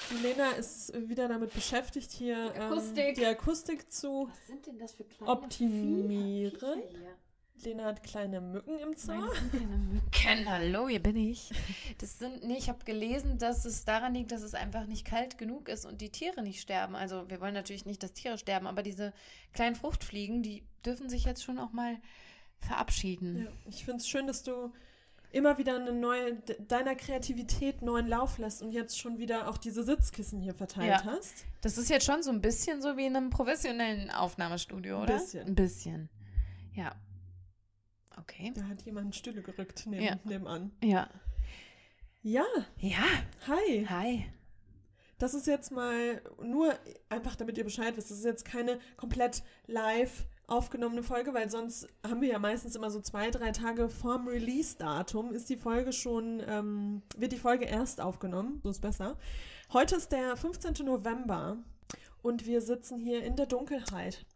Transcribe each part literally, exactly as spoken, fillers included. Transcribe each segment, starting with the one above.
Die Lena ist wieder damit beschäftigt, hier die Akustik, ähm, die Akustik zu Was sind denn das für kleine optimieren. Lena hat kleine Mücken im Zimmer. Nein, das sind keine Mücken. Hallo, hier bin ich. Das sind, nee, ich habe gelesen, dass es daran liegt, dass es einfach nicht kalt genug ist und die Tiere nicht sterben. Also wir wollen natürlich nicht, dass Tiere sterben, aber diese kleinen Fruchtfliegen, die dürfen sich jetzt schon auch mal verabschieden. Ja, ich finde es schön, dass du immer wieder eine neue, deiner Kreativität neuen Lauf lässt und jetzt schon wieder auch diese Sitzkissen hier verteilt Ja. hast. Das ist jetzt schon so ein bisschen so wie in einem professionellen Aufnahmestudio, oder? Ein bisschen. Ein bisschen. Ja. Okay. Da hat jemand Stühle gerückt neben, Ja. nebenan. Ja. Ja, Ja. hi. Hi. Das ist jetzt mal nur, einfach damit ihr Bescheid wisst, das ist jetzt keine komplett live aufgenommene Folge, weil sonst haben wir ja meistens immer so zwei, drei Tage vorm Release-Datum ist die Folge schon, ähm, wird die Folge erst aufgenommen, so ist besser. Heute ist der fünfzehnten November und wir sitzen hier in der Dunkelheit.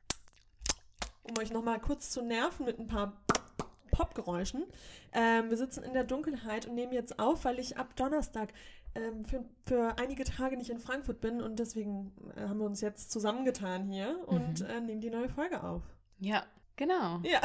Um euch nochmal kurz zu nerven mit ein paar Popgeräuschen. Ähm, wir sitzen in der Dunkelheit und nehmen jetzt auf, weil ich ab Donnerstag ähm, für, für einige Tage nicht in Frankfurt bin und deswegen äh, haben wir uns jetzt zusammengetan hier und Mhm. äh, nehmen die neue Folge auf. Ja, genau. Ja,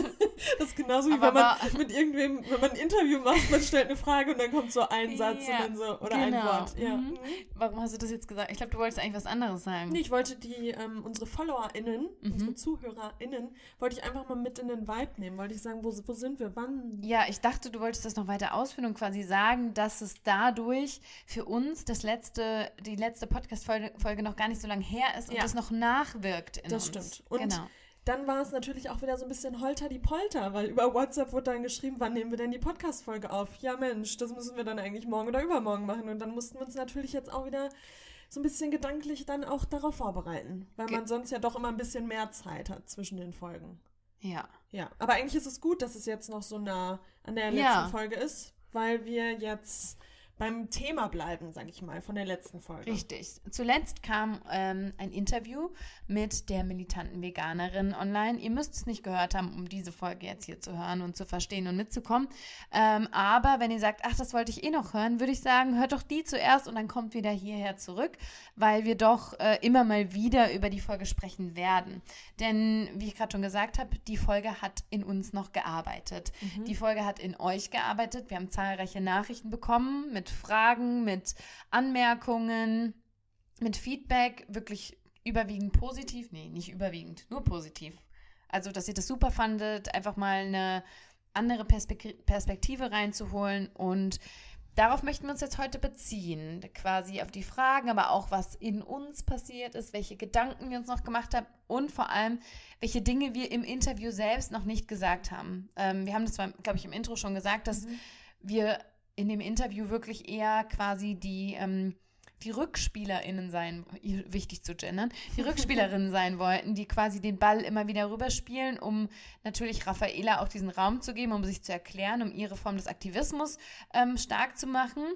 das ist genauso wie Aber wenn man war- mit irgendwem, wenn man ein Interview macht, man stellt eine Frage und dann kommt so ein Satz Ja, und dann so, oder ein genau. Wort. Ja. Mhm. Warum hast du das jetzt gesagt? Ich glaube, du wolltest eigentlich was anderes sagen. Nee, ich wollte die, ähm, unsere FollowerInnen, Mhm. unsere ZuhörerInnen, wollte ich einfach mal mit in den Vibe nehmen. Wollte ich sagen, wo, wo sind wir, wann? Ja, ich dachte, du wolltest das noch weiter ausführen und quasi sagen, dass es dadurch für uns das letzte, die letzte Podcast-Folge Folge noch gar nicht so lange her ist und Ja. das noch nachwirkt in Das uns. stimmt. Und genau. dann war es natürlich auch wieder so ein bisschen holter die Polter, weil über WhatsApp wurde dann geschrieben, wann nehmen wir denn die Podcast-Folge auf? Ja Mensch, das müssen wir dann eigentlich morgen oder übermorgen machen. Und dann mussten wir uns natürlich jetzt auch wieder so ein bisschen gedanklich dann auch darauf vorbereiten, weil Ge- man sonst ja doch immer ein bisschen mehr Zeit hat zwischen den Folgen. Ja. Ja, aber eigentlich ist es gut, dass es jetzt noch so nah an der letzten Ja. Folge ist, weil wir jetzt beim Thema bleiben, sag ich mal, von der letzten Folge. Richtig. Zuletzt kam ähm, ein Interview mit der militanten Veganerin online. Ihr müsst es nicht gehört haben, um diese Folge jetzt hier zu hören und zu verstehen und mitzukommen. Ähm, aber wenn ihr sagt, ach, das wollte ich eh noch hören, würde ich sagen, hört doch die zuerst und dann kommt wieder hierher zurück, weil wir doch äh, immer mal wieder über die Folge sprechen werden. Denn, wie ich gerade schon gesagt habe, die Folge hat in uns noch gearbeitet. Mhm. Die Folge hat in euch gearbeitet. Wir haben zahlreiche Nachrichten bekommen mit Fragen, mit Anmerkungen, mit Feedback, wirklich überwiegend positiv. Nee, nicht überwiegend, nur positiv. Also, dass ihr das super fandet, einfach mal eine andere Perspek- Perspektive reinzuholen und darauf möchten wir uns jetzt heute beziehen, quasi auf die Fragen, aber auch was in uns passiert ist, welche Gedanken wir uns noch gemacht haben und vor allem, welche Dinge wir im Interview selbst noch nicht gesagt haben. Ähm, wir haben das zwar, glaube ich, im Intro schon gesagt, dass Mhm. wir in dem Interview wirklich eher quasi die, ähm, die RückspielerInnen sein, wichtig zu gendern, die Rückspielerinnen sein wollten, die quasi den Ball immer wieder rüberspielen, um natürlich Raffaela auch diesen Raum zu geben, um sich zu erklären, um ihre Form des Aktivismus ähm, stark zu machen.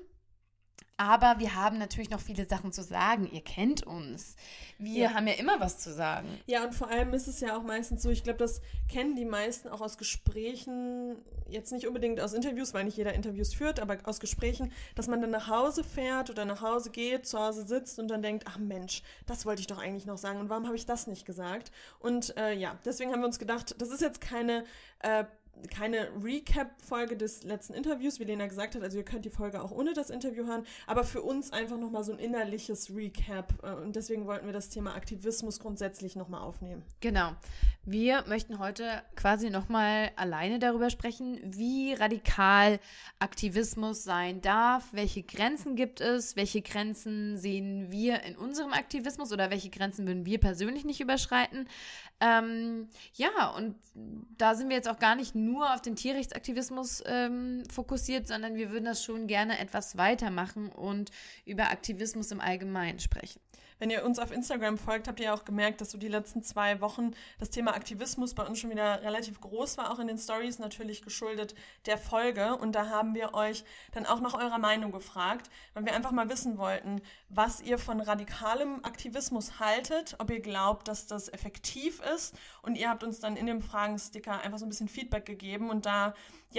Aber wir haben natürlich noch viele Sachen zu sagen. Ihr kennt uns. Wir Ja. haben ja immer was zu sagen. Ja, und vor allem ist es ja auch meistens so, ich glaube, das kennen die meisten auch aus Gesprächen, jetzt nicht unbedingt aus Interviews, weil nicht jeder Interviews führt, aber aus Gesprächen, dass man dann nach Hause fährt oder nach Hause geht, zu Hause sitzt und dann denkt, ach Mensch, das wollte ich doch eigentlich noch sagen und warum habe ich das nicht gesagt? Und äh, ja, deswegen haben wir uns gedacht, das ist jetzt keine äh, keine Recap-Folge des letzten Interviews, wie Lena gesagt hat, also ihr könnt die Folge auch ohne das Interview hören, aber für uns einfach nochmal so ein innerliches Recap äh, und deswegen wollten wir das Thema Aktivismus grundsätzlich nochmal aufnehmen. Genau. Wir möchten heute quasi nochmal alleine darüber sprechen, wie radikal Aktivismus sein darf, welche Grenzen gibt es, welche Grenzen sehen wir in unserem Aktivismus oder welche Grenzen würden wir persönlich nicht überschreiten. Ähm, ja, und da sind wir jetzt auch gar nicht nur auf den Tierrechtsaktivismus ähm, fokussiert, sondern wir würden das schon gerne etwas weitermachen und über Aktivismus im Allgemeinen sprechen. Wenn ihr uns auf Instagram folgt, habt ihr auch gemerkt, dass so die letzten zwei Wochen das Thema Aktivismus bei uns schon wieder relativ groß war, auch in den Stories natürlich geschuldet der Folge. Und da haben wir euch dann auch nach eurer Meinung gefragt, weil wir einfach mal wissen wollten, was ihr von radikalem Aktivismus haltet, ob ihr glaubt, dass das effektiv ist. Und ihr habt uns dann in dem Fragensticker einfach so ein bisschen Feedback gegeben und da, ja,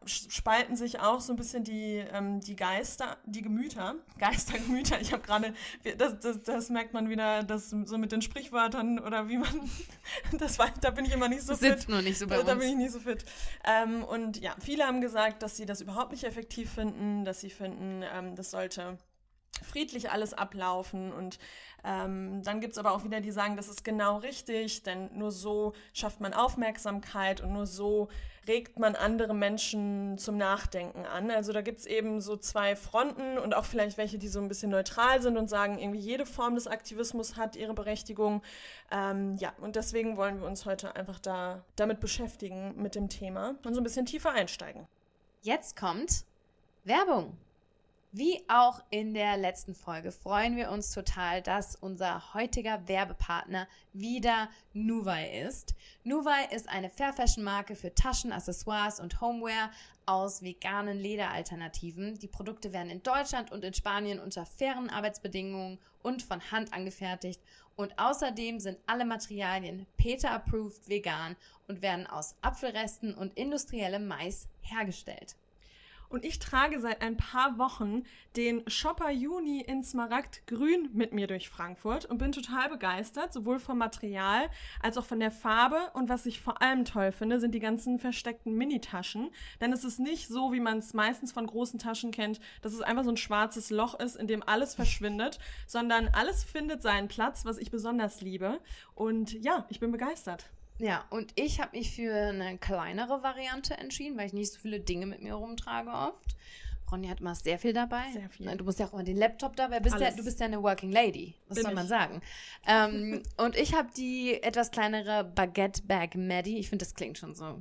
spalten sich auch so ein bisschen die, ähm, die Geister, die Gemüter, Geistergemüter. Ich habe gerade, das, das, das merkt man wieder, das so mit den Sprichwörtern oder wie man, das war, da bin ich immer nicht so das fit. Sitzt nur nicht so bei da, uns. Da bin ich nicht so fit. Ähm, und ja, viele haben gesagt, dass sie das überhaupt nicht effektiv finden, dass sie finden, ähm, das sollte friedlich alles ablaufen und ähm, dann gibt es aber auch wieder, die sagen, das ist genau richtig, denn nur so schafft man Aufmerksamkeit und nur so regt man andere Menschen zum Nachdenken an. Also da gibt es eben so zwei Fronten und auch vielleicht welche, die so ein bisschen neutral sind und sagen, irgendwie jede Form des Aktivismus hat ihre Berechtigung. Ähm, ja, und deswegen wollen wir uns heute einfach da damit beschäftigen mit dem Thema und so ein bisschen tiefer einsteigen. Jetzt kommt Werbung. Wie auch in der letzten Folge freuen wir uns total, dass unser heutiger Werbepartner wieder Nuvei ist. Nuvei ist eine Fair-Fashion-Marke für Taschen, Accessoires und Homeware aus veganen Lederalternativen. Die Produkte werden in Deutschland und in Spanien unter fairen Arbeitsbedingungen und von Hand angefertigt. Und außerdem sind alle Materialien PETA-approved vegan und werden aus Apfelresten und industriellem Mais hergestellt. Und ich trage seit ein paar Wochen den Shopper Juni in Smaragdgrün mit mir durch Frankfurt und bin total begeistert, sowohl vom Material als auch von der Farbe. Und was ich vor allem toll finde, sind die ganzen versteckten Mini-Taschen. Denn es ist nicht so, wie man es meistens von großen Taschen kennt, dass es einfach so ein schwarzes Loch ist, in dem alles verschwindet, sondern alles findet seinen Platz, was ich besonders liebe. Und ja, ich bin begeistert. Ja, und ich habe mich für eine kleinere Variante entschieden, weil ich nicht so viele Dinge mit mir rumtrage oft. Ronja hat immer sehr viel dabei. Sehr viel. Du musst ja auch immer den Laptop dabei. Bist ja, du bist ja eine Working Lady. Was Bin soll man ich. sagen? ähm, und ich habe die etwas kleinere Baguette Bag Maddie. Ich finde, das klingt schon so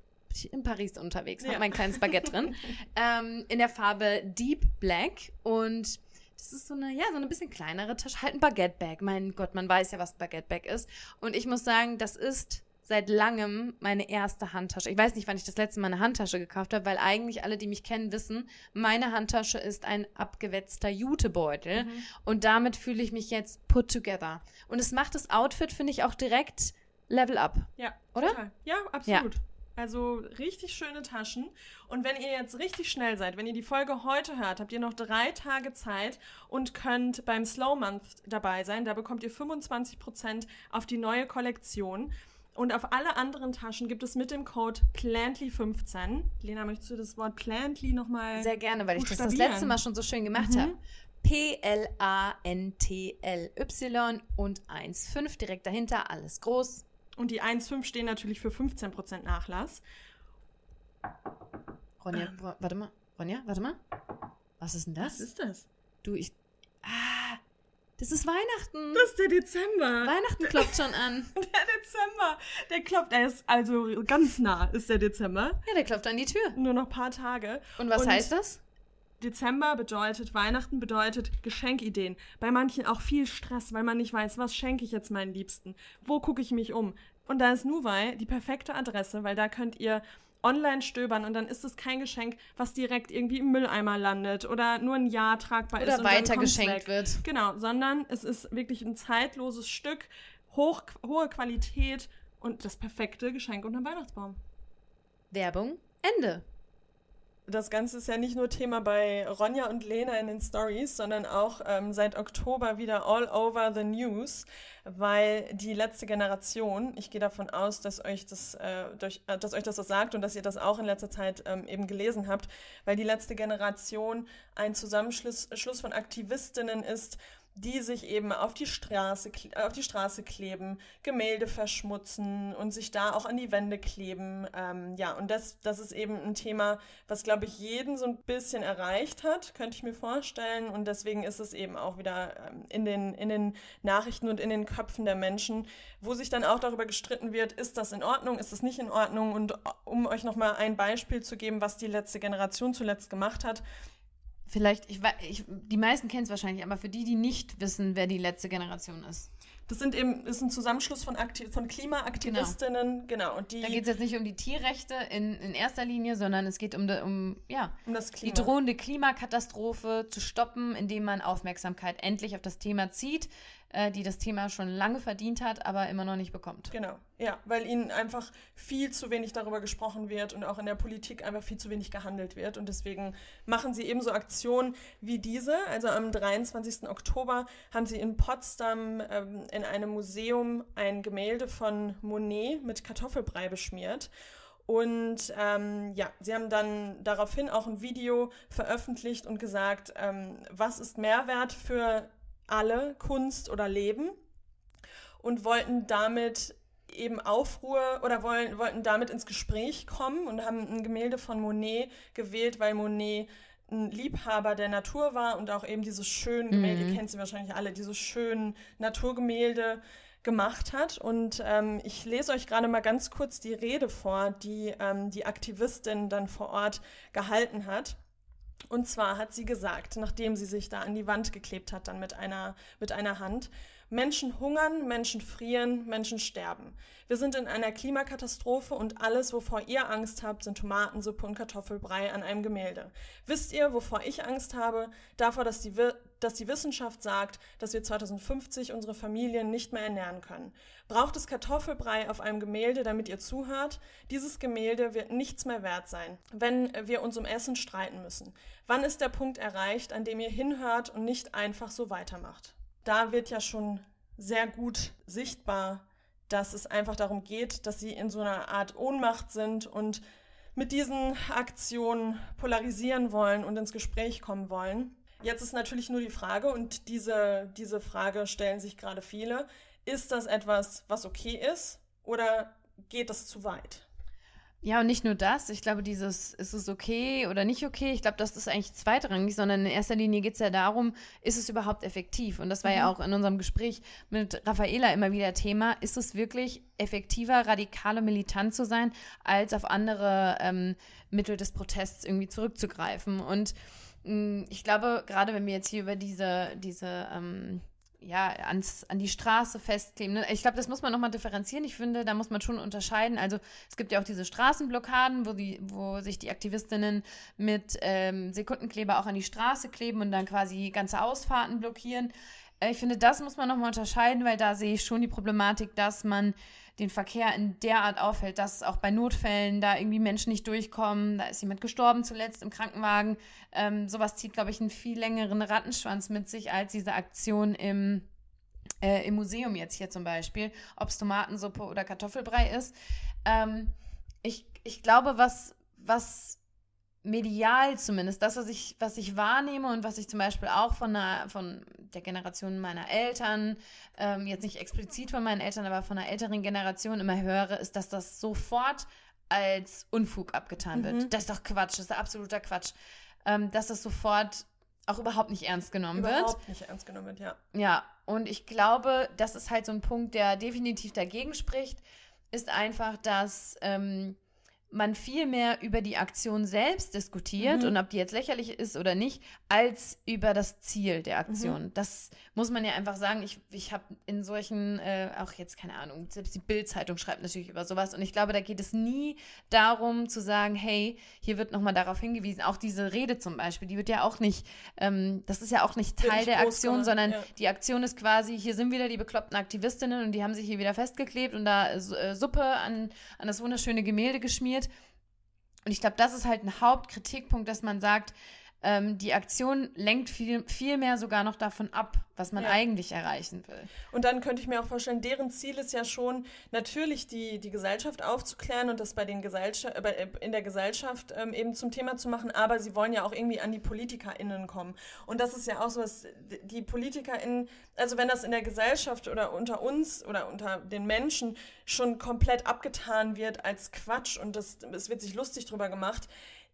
in Paris unterwegs. Ja. Habe mein kleines Baguette drin. ähm, in der Farbe Deep Black. Und das ist so eine, ja, so eine bisschen kleinere Tasche, halt ein Baguette-Bag. Mein Gott, man weiß ja, was Baguette-Bag ist. Und ich muss sagen, das ist seit langem meine erste Handtasche. Ich weiß nicht, wann ich das letzte Mal eine Handtasche gekauft habe, weil eigentlich alle, die mich kennen, wissen, meine Handtasche ist ein abgewetzter Jutebeutel. Mhm. Und damit fühle ich mich jetzt put together. Und es macht das Outfit, finde ich, auch direkt Level up. Ja, oder? Total. Ja, absolut. Ja. Also richtig schöne Taschen. Und wenn ihr jetzt richtig schnell seid, wenn ihr die Folge heute hört, habt ihr noch drei Tage Zeit und könnt beim Slow Month dabei sein. Da bekommt ihr fünfundzwanzig Prozent auf die neue Kollektion. Und auf alle anderen Taschen gibt es mit dem Code Plantly fünfzehn. Lena, möchtest du das Wort Plantly nochmal Sehr gerne, weil ich das das letzte Mal schon so schön gemacht mhm. habe. P L A N T L Y und eins fünf direkt dahinter, alles groß. Und die eins fünf stehen natürlich für fünfzehn Prozent Nachlass. Ronja, ähm. warte mal. Ronja, warte mal. Was ist denn das? Was ist das? Du, ich... Ah, das ist Weihnachten. Das ist der Dezember. Weihnachten klopft schon an. Der Dezember. Der klopft, er ist also ganz nah, ist der Dezember. Ja, der klopft an die Tür. Nur noch ein paar Tage. Und was Und heißt das? Dezember bedeutet, Weihnachten bedeutet Geschenkideen. Bei manchen auch viel Stress, weil man nicht weiß, was schenke ich jetzt meinen Liebsten? Wo gucke ich mich um? Und da ist Nuvei die perfekte Adresse, weil da könnt ihr online stöbern und dann ist es kein Geschenk, was direkt irgendwie im Mülleimer landet oder nur ein Jahr tragbar oder ist. Oder weiter geschenkt wird. Genau, sondern es ist wirklich ein zeitloses Stück, hoch, hohe Qualität und das perfekte Geschenk unter dem Weihnachtsbaum. Werbung, Ende. Das Ganze ist ja nicht nur Thema bei Ronja und Lena in den Stories, sondern auch ähm, seit Oktober wieder all over the news, weil die letzte Generation, ich gehe davon aus, dass euch das, äh, durch, äh, dass euch das was sagt und dass ihr das auch in letzter Zeit ähm, eben gelesen habt, weil die letzte Generation ein Zusammenschluss Schluss von Aktivistinnen ist, die sich eben auf die Straße, auf die Straße kleben, Gemälde verschmutzen und sich da auch an die Wände kleben. Ähm, ja, und das, das ist eben ein Thema, was, glaube ich, jeden so ein bisschen erreicht hat, könnte ich mir vorstellen. Und deswegen ist es eben auch wieder ähm, in den, in den Nachrichten und in den Köpfen der Menschen, wo sich dann auch darüber gestritten wird, ist das in Ordnung, ist das nicht in Ordnung? Und um euch nochmal ein Beispiel zu geben, was die letzte Generation zuletzt gemacht hat, Vielleicht, ich, ich, die meisten kennen es wahrscheinlich, aber für die, die nicht wissen, wer die letzte Generation ist. Das sind eben, ist ein Zusammenschluss von, Akti- von Klimaaktivistinnen, genau. genau und die, da geht es jetzt nicht um die Tierrechte in, in erster Linie, sondern es geht um, de, um, ja, um das Klima. Die drohende Klimakatastrophe zu stoppen, indem man Aufmerksamkeit endlich auf das Thema zieht, äh, die das Thema schon lange verdient hat, aber immer noch nicht bekommt. Genau, ja, weil ihnen einfach viel zu wenig darüber gesprochen wird und auch in der Politik einfach viel zu wenig gehandelt wird. Und deswegen machen sie ebenso Aktionen wie diese. Also am dreiundzwanzigsten Oktober haben sie in Potsdam ähm, in einem Museum ein Gemälde von Monet mit Kartoffelbrei beschmiert. Und ähm, ja, sie haben dann daraufhin auch ein Video veröffentlicht und gesagt, ähm, was ist Mehrwert für alle, Kunst oder Leben? Und wollten damit eben Aufruhr oder wollen, wollten damit ins Gespräch kommen und haben ein Gemälde von Monet gewählt, weil Monet ein Liebhaber der Natur war und auch eben diese schönen Gemälde, mhm. ihr kennt sie wahrscheinlich alle, diese schönen Naturgemälde gemacht hat. Und ähm, ich lese euch gerade mal ganz kurz die Rede vor, die ähm, die Aktivistin dann vor Ort gehalten hat. Und zwar hat sie gesagt, nachdem sie sich da an die Wand geklebt hat, dann mit einer, mit einer Hand: Menschen hungern, Menschen frieren, Menschen sterben. Wir sind in einer Klimakatastrophe und alles, wovor ihr Angst habt, sind Tomatensuppe und Kartoffelbrei an einem Gemälde. Wisst ihr, wovor ich Angst habe? Davor, dass die, dass die Wissenschaft sagt, dass wir zweitausendfünfzig unsere Familien nicht mehr ernähren können. Braucht es Kartoffelbrei auf einem Gemälde, damit ihr zuhört? Dieses Gemälde wird nichts mehr wert sein, wenn wir uns um Essen streiten müssen. Wann ist der Punkt erreicht, an dem ihr hinhört und nicht einfach so weitermacht? Da wird ja schon sehr gut sichtbar, dass es einfach darum geht, dass sie in so einer Art Ohnmacht sind und mit diesen Aktionen polarisieren wollen und ins Gespräch kommen wollen. Jetzt ist natürlich nur die Frage, und diese, diese Frage stellen sich gerade viele: Ist das etwas, was okay ist, oder geht das zu weit? Ja, und nicht nur das. Ich glaube, dieses, ist es okay oder nicht okay, ich glaube, das ist eigentlich zweitrangig, sondern in erster Linie geht es ja darum, ist es überhaupt effektiv? Und das war mhm. ja auch in unserem Gespräch mit Raffaela immer wieder Thema. Ist es wirklich effektiver, radikal und militant zu sein, als auf andere ähm, Mittel des Protests irgendwie zurückzugreifen? Und mh, ich glaube, gerade wenn wir jetzt hier über diese, diese ähm, ja, ans, an die Straße festkleben. Ne? Ich glaube, das muss man nochmal differenzieren. Ich finde, da muss man schon unterscheiden. Also es gibt ja auch diese Straßenblockaden, wo, die, wo sich die Aktivistinnen mit ähm, Sekundenkleber auch an die Straße kleben und dann quasi ganze Ausfahrten blockieren. Äh, ich finde, das muss man nochmal unterscheiden, weil da sehe ich schon die Problematik, dass man den Verkehr in der Art aufhält, dass auch bei Notfällen da irgendwie Menschen nicht durchkommen. Da ist jemand gestorben zuletzt im Krankenwagen. Ähm, sowas zieht, glaube ich, einen viel längeren Rattenschwanz mit sich als diese Aktion im, äh, im Museum jetzt hier zum Beispiel, ob es Tomatensuppe oder Kartoffelbrei ist. Ähm, ich, ich glaube, was, was medial zumindest, das, was ich, was ich wahrnehme und was ich zum Beispiel auch von, einer, von der Generation meiner Eltern, ähm, jetzt nicht explizit von meinen Eltern, aber von einer älteren Generation immer höre, ist, dass das sofort als Unfug abgetan wird. Mhm. Das ist doch Quatsch, das ist absoluter Quatsch. Ähm, dass das sofort auch überhaupt nicht ernst genommen überhaupt wird. Überhaupt nicht ernst genommen wird, ja. Ja, und ich glaube, das ist halt so ein Punkt, der definitiv dagegen spricht, ist einfach, dass ähm, man viel mehr über die Aktion selbst diskutiert mhm. und ob die jetzt lächerlich ist oder nicht, als über das Ziel der Aktion. Mhm. Das muss man ja einfach sagen. Ich, ich habe in solchen, äh, auch jetzt keine Ahnung, selbst die Bild-Zeitung schreibt natürlich über sowas und ich glaube, da geht es nie darum zu sagen, hey, hier wird nochmal darauf hingewiesen, auch diese Rede zum Beispiel, die wird ja auch nicht, ähm, das ist ja auch nicht Teil der Aktion, gemacht, sondern ja. die Aktion ist quasi, hier sind wieder die bekloppten Aktivistinnen und die haben sich hier wieder festgeklebt und da äh, Suppe an, an das wunderschöne Gemälde geschmiert. Und ich glaube, das ist halt ein Hauptkritikpunkt, dass man sagt, ähm, die Aktion lenkt viel, viel mehr sogar noch davon ab, was man ja. eigentlich erreichen will. Und dann könnte ich mir auch vorstellen, deren Ziel ist ja schon, natürlich die, die Gesellschaft aufzuklären und das bei den Gesellschaft, äh, in der Gesellschaft ähm, eben zum Thema zu machen, aber sie wollen ja auch irgendwie an die PolitikerInnen kommen. Und das ist ja auch so, was die PolitikerInnen, also wenn das in der Gesellschaft oder unter uns oder unter den Menschen schon komplett abgetan wird als Quatsch und das, es wird sich lustig drüber gemacht,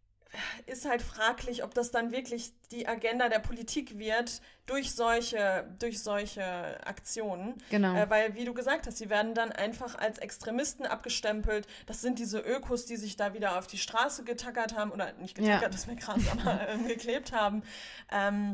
ist halt fraglich, ob das dann wirklich die Agenda der Politik wird durch solche, durch solche Aktionen. Genau. Äh, weil, wie du gesagt hast, sie werden dann einfach als Extremisten abgestempelt. Das sind diese Ökos, die sich da wieder auf die Straße getackert haben, oder nicht getackert, ja. das wäre krass, aber äh, geklebt haben. Ähm,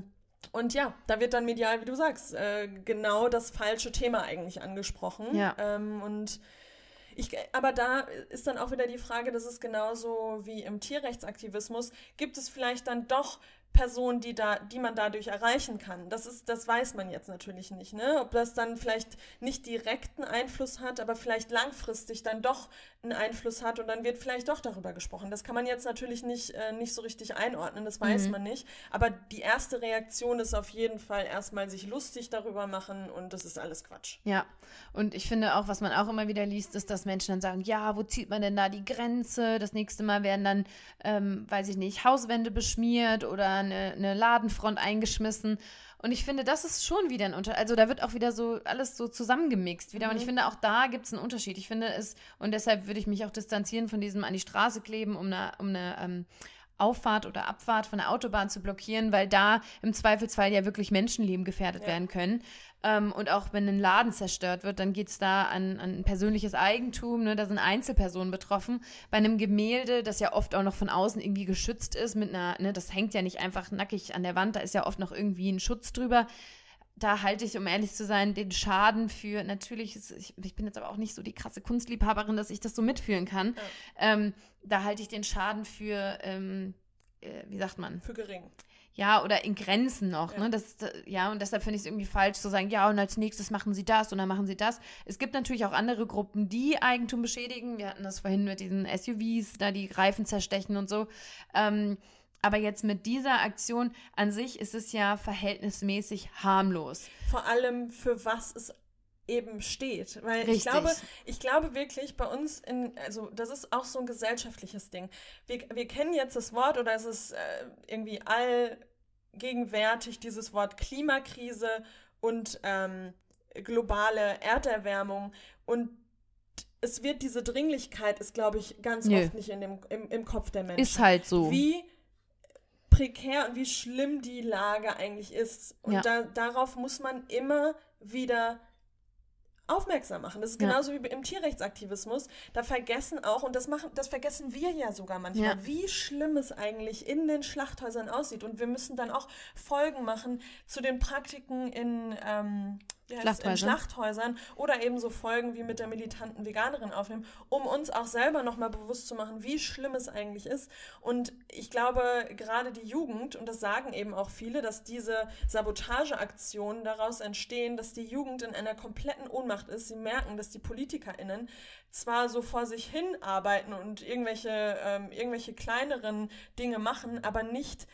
Und ja, da wird dann medial, wie du sagst, äh, genau das falsche Thema eigentlich angesprochen. Ja. Ähm, und ich, aber da ist dann auch wieder die Frage, das ist genauso wie im Tierrechtsaktivismus, gibt es vielleicht dann doch Personen, die da, die man dadurch erreichen kann. Das ist, das weiß man jetzt natürlich nicht, ne? Ob das dann vielleicht nicht direkten Einfluss hat, aber vielleicht langfristig dann doch einen Einfluss hat und dann wird vielleicht doch darüber gesprochen. Das kann man jetzt natürlich nicht, äh, nicht so richtig einordnen, das weiß mhm. man nicht. Aber die erste Reaktion ist auf jeden Fall erstmal sich lustig darüber machen und das ist alles Quatsch. Ja, und ich finde auch, was man auch immer wieder liest, ist, dass Menschen dann sagen, ja, wo zieht man denn da die Grenze? Das nächste Mal werden dann, ähm, weiß ich nicht, Hauswände beschmiert oder Eine, eine Ladenfront eingeschmissen. Und ich finde, das ist schon wieder ein Unterschied. Also da wird auch wieder so alles so zusammengemixt wieder. Mhm. Und ich finde, auch da gibt es einen Unterschied. Ich finde es, und deshalb würde ich mich auch distanzieren von diesem an die Straße kleben, um eine, um eine ähm, Auffahrt oder Abfahrt von der Autobahn zu blockieren, weil da im Zweifelsfall ja wirklich Menschenleben gefährdet ja. werden können. Ähm, und auch wenn ein Laden zerstört wird, dann geht es da an, an persönliches Eigentum, ne? Da sind Einzelpersonen betroffen. Bei einem Gemälde, das ja oft auch noch von außen irgendwie geschützt ist, mit einer, ne, das hängt ja nicht einfach nackig an der Wand, da ist ja oft noch irgendwie ein Schutz drüber. Da halte ich, um ehrlich zu sein, den Schaden für, natürlich, ist, ich, ich bin jetzt aber auch nicht so die krasse Kunstliebhaberin, dass ich das so mitfühlen kann. Ja. Ähm, da halte ich den Schaden für, ähm, äh, wie sagt man? Für gering. Ja, oder in Grenzen noch, ja. ne? Das, ja, und deshalb finde ich es irgendwie falsch zu sagen, ja, und als nächstes machen sie das und dann machen sie das. Es gibt natürlich auch andere Gruppen, die Eigentum beschädigen. Wir hatten das vorhin mit diesen S U Vs, da die Reifen zerstechen und so. Ähm, aber jetzt mit dieser Aktion an sich ist es ja verhältnismäßig harmlos. Vor allem für was es eben steht, weil Richtig. ich glaube, ich glaube wirklich bei uns, in, also das ist auch so ein gesellschaftliches Ding. Wir, wir kennen jetzt das Wort oder es ist äh, irgendwie allgegenwärtig dieses Wort Klimakrise und ähm, globale Erderwärmung und es wird diese Dringlichkeit ist, glaube ich, ganz Nö. oft nicht in dem, im, im Kopf der Menschen. Ist halt so. Wie prekär und wie schlimm die Lage eigentlich ist und ja. da, darauf muss man immer wieder aufmerksam machen. Das ist genauso ja. wie im Tierrechtsaktivismus. Da vergessen auch, und das machen, das vergessen wir ja sogar manchmal, ja. wie schlimm es eigentlich in den Schlachthäusern aussieht. Und wir müssen dann auch Folgen machen zu den Praktiken in, ähm, ja, in Schlachthäusern oder eben so Folgen wie mit der militanten Veganerin aufnehmen, um uns auch selber nochmal bewusst zu machen, wie schlimm es eigentlich ist. Und ich glaube, gerade die Jugend, und das sagen eben auch viele, dass diese Sabotageaktionen daraus entstehen, dass die Jugend in einer kompletten Ohnmacht ist. Sie merken, dass die PolitikerInnen zwar so vor sich hin arbeiten und irgendwelche, ähm, irgendwelche kleineren Dinge machen, aber nicht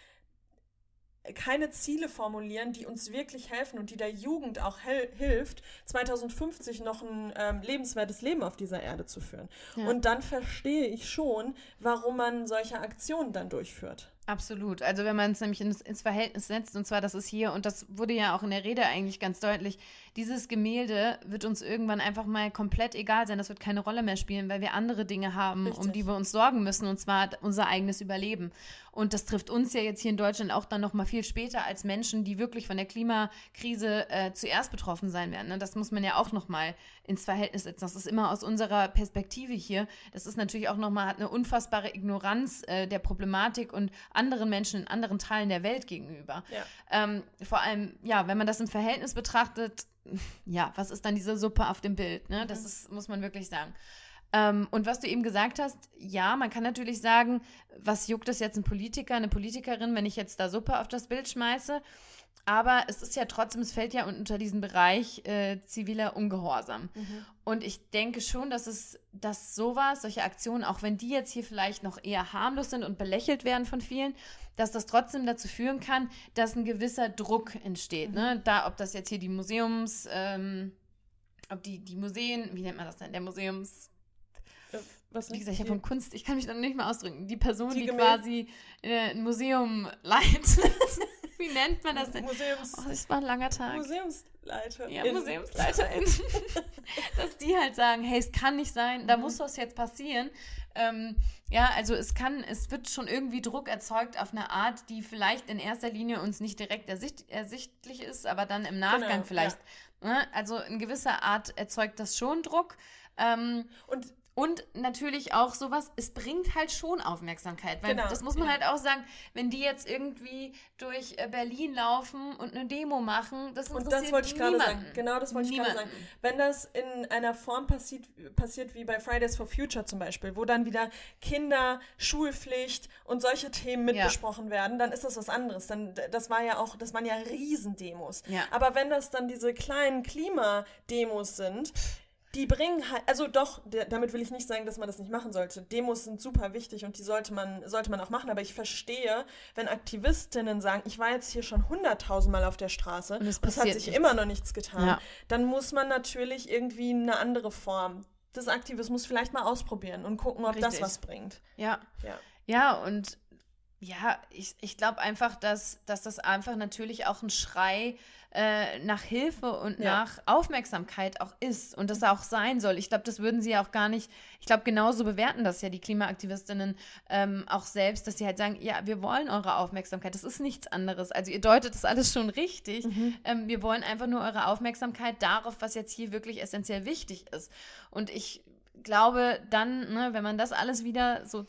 keine Ziele formulieren, die uns wirklich helfen und die der Jugend auch hel- hilft, zwanzig fünfzig noch ein ähm, lebenswertes Leben auf dieser Erde zu führen. Ja. Und dann verstehe ich schon, warum man solche Aktionen dann durchführt. Absolut. Also wenn man es nämlich ins, ins Verhältnis setzt, und zwar das ist hier, und das wurde ja auch in der Rede eigentlich ganz deutlich, dieses Gemälde wird uns irgendwann einfach mal komplett egal sein, das wird keine Rolle mehr spielen, weil wir andere Dinge haben, Richtig. um die wir uns sorgen müssen, und zwar unser eigenes Überleben. Und das trifft uns ja jetzt hier in Deutschland auch dann noch mal viel später als Menschen, die wirklich von der Klimakrise äh, zuerst betroffen sein werden. Ne? Das muss man ja auch noch mal ins Verhältnis setzen. Das ist immer aus unserer Perspektive hier. Das ist natürlich auch noch mal, hat eine unfassbare Ignoranz äh, der Problematik und anderen Menschen in anderen Teilen der Welt gegenüber. Ja. Ähm, vor allem, ja, wenn man das im Verhältnis betrachtet, ja, was ist dann diese Suppe auf dem Bild? Ne? Das ist, muss man wirklich sagen. Ähm, und was du eben gesagt hast, ja, man kann natürlich sagen, was juckt es jetzt ein Politiker, eine Politikerin, wenn ich jetzt da Suppe auf das Bild schmeiße? Aber es ist ja trotzdem, es fällt ja unter diesen Bereich äh, ziviler Ungehorsam. Mhm. Und ich denke schon, dass es, dass sowas, solche Aktionen, auch wenn die jetzt hier vielleicht noch eher harmlos sind und belächelt werden von vielen, dass das trotzdem dazu führen kann, dass ein gewisser Druck entsteht. Mhm. Ne? Da, ob das jetzt hier die Museums, ähm, ob die, die Museen, wie nennt man das denn, der Museums... Was Wie gesagt, ich habe von Kunst, ich kann mich dann nicht mehr ausdrücken. Die Person, die, die quasi äh, ein Museum leitet. Wie nennt man das denn? Museums... Oh, das war ein langer Tag. Museumsleiter. Ja, Museumsleiterin. Dass die halt sagen, hey, es kann nicht sein, da mhm. muss was jetzt passieren. Ähm, ja, also es kann, es wird schon irgendwie Druck erzeugt auf eine Art, die vielleicht in erster Linie uns nicht direkt ersicht, ersichtlich ist, aber dann im Nachgang genau, vielleicht. Ja. Ne? Also in gewisser Art erzeugt das schon Druck. Ähm, und Und natürlich auch sowas, es bringt halt schon Aufmerksamkeit. Weil Genau, das muss man ja. halt auch sagen, wenn die jetzt irgendwie durch äh, Berlin laufen und eine Demo machen, das interessiert Und das wollte ich gerade niemanden. sagen. Genau das wollte ich gerade sagen. Wenn das in einer Form passiert, passiert wie bei Fridays for Future zum Beispiel, wo dann wieder Kinder, Schulpflicht und solche Themen mit Ja. besprochen werden, dann ist das was anderes. Dann, das war ja auch, das waren ja Riesendemos. Ja. Aber wenn das dann diese kleinen Klimademos sind, die bringen halt, also doch, der, damit will ich nicht sagen, dass man das nicht machen sollte. Demos sind super wichtig und die sollte man, sollte man auch machen, aber ich verstehe, wenn Aktivistinnen sagen, ich war jetzt hier schon hunderttausendmal auf der Straße Und es und es hat passiert sich nichts. immer noch nichts getan, Ja. dann muss man natürlich irgendwie eine andere Form des Aktivismus vielleicht mal ausprobieren und gucken, ob das Richtig. was bringt. Ja. Ja. Ja, und ja, ich, ich glaube einfach, dass, dass das einfach natürlich auch ein Schrei äh, nach Hilfe und Ja. nach Aufmerksamkeit auch ist und das auch sein soll. Ich glaube, das würden sie ja auch gar nicht, ich glaube, genauso bewerten das ja die Klimaaktivistinnen ähm, auch selbst, dass sie halt sagen, ja, wir wollen eure Aufmerksamkeit, das ist nichts anderes. Also ihr deutet das alles schon richtig. Mhm. Ähm, wir wollen einfach nur eure Aufmerksamkeit darauf, was jetzt hier wirklich essentiell wichtig ist. Und ich glaube dann, ne, wenn man das alles wieder so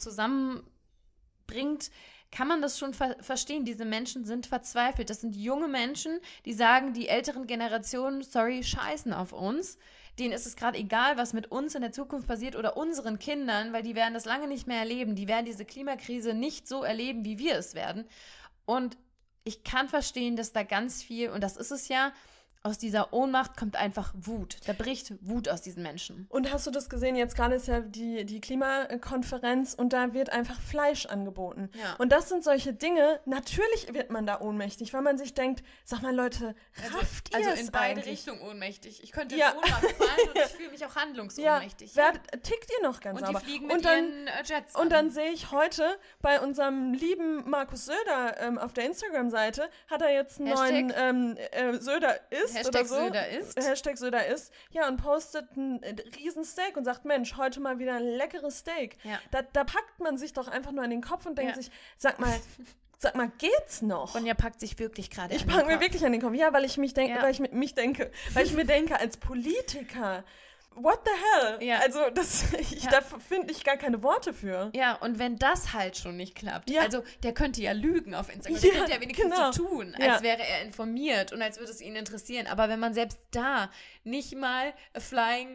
zusammenbringt, kann man das schon ver- verstehen. Diese Menschen sind verzweifelt. Das sind junge Menschen, die sagen, die älteren Generationen, sorry, scheißen auf uns. Denen ist es gerade egal, was mit uns in der Zukunft passiert oder unseren Kindern, weil die werden das lange nicht mehr erleben. Die werden diese Klimakrise nicht so erleben, wie wir es werden. Und ich kann verstehen, dass da ganz viel, und das ist es ja, aus dieser Ohnmacht kommt einfach Wut. Da bricht Wut aus diesen Menschen. Und hast du das gesehen? Jetzt gerade ist ja die, die Klimakonferenz und da wird einfach Fleisch angeboten. Ja. Und das sind solche Dinge, natürlich wird man da ohnmächtig, weil man sich denkt, sag mal Leute, rafft Also ihr es in beide eigentlich? Richtungen ohnmächtig. Ich könnte Ja. in Ohnmacht fallen und ich fühle mich auch handlungsohnmächtig. Ja, wer, tickt ihr noch ganz und sauber? die fliegen mit und dann, ihren äh, Jets Und an. dann sehe ich heute bei unserem lieben Markus Söder ähm, auf der Instagram-Seite, hat er jetzt einen Hashtag- neuen ähm, äh, Söder ist Hashtag oder so. Söder ist. Hashtag Söder ist. Ja, und postet ein äh, riesen Steak und sagt, Mensch, heute mal wieder ein leckeres Steak. Ja. Da, da packt man sich doch einfach nur an den Kopf und denkt Ja. sich, sag mal, sag mal, geht's noch? Ronja packt sich wirklich gerade Ich an den packe mir Kopf. wirklich an den Kopf. Ja, weil ich mich denke, Ja. weil ich mit mich denke, weil ich mir denke, als Politiker, what the hell? Ja. Also, das, ich, Ja. da finde ich gar keine Worte für. Ja, und wenn das halt schon nicht klappt, Ja. also der könnte ja lügen auf Instagram, Ja, der könnte ja wenigstens genau. so tun, Ja. als wäre er informiert und als würde es ihn interessieren. Aber wenn man selbst da nicht mal a Flying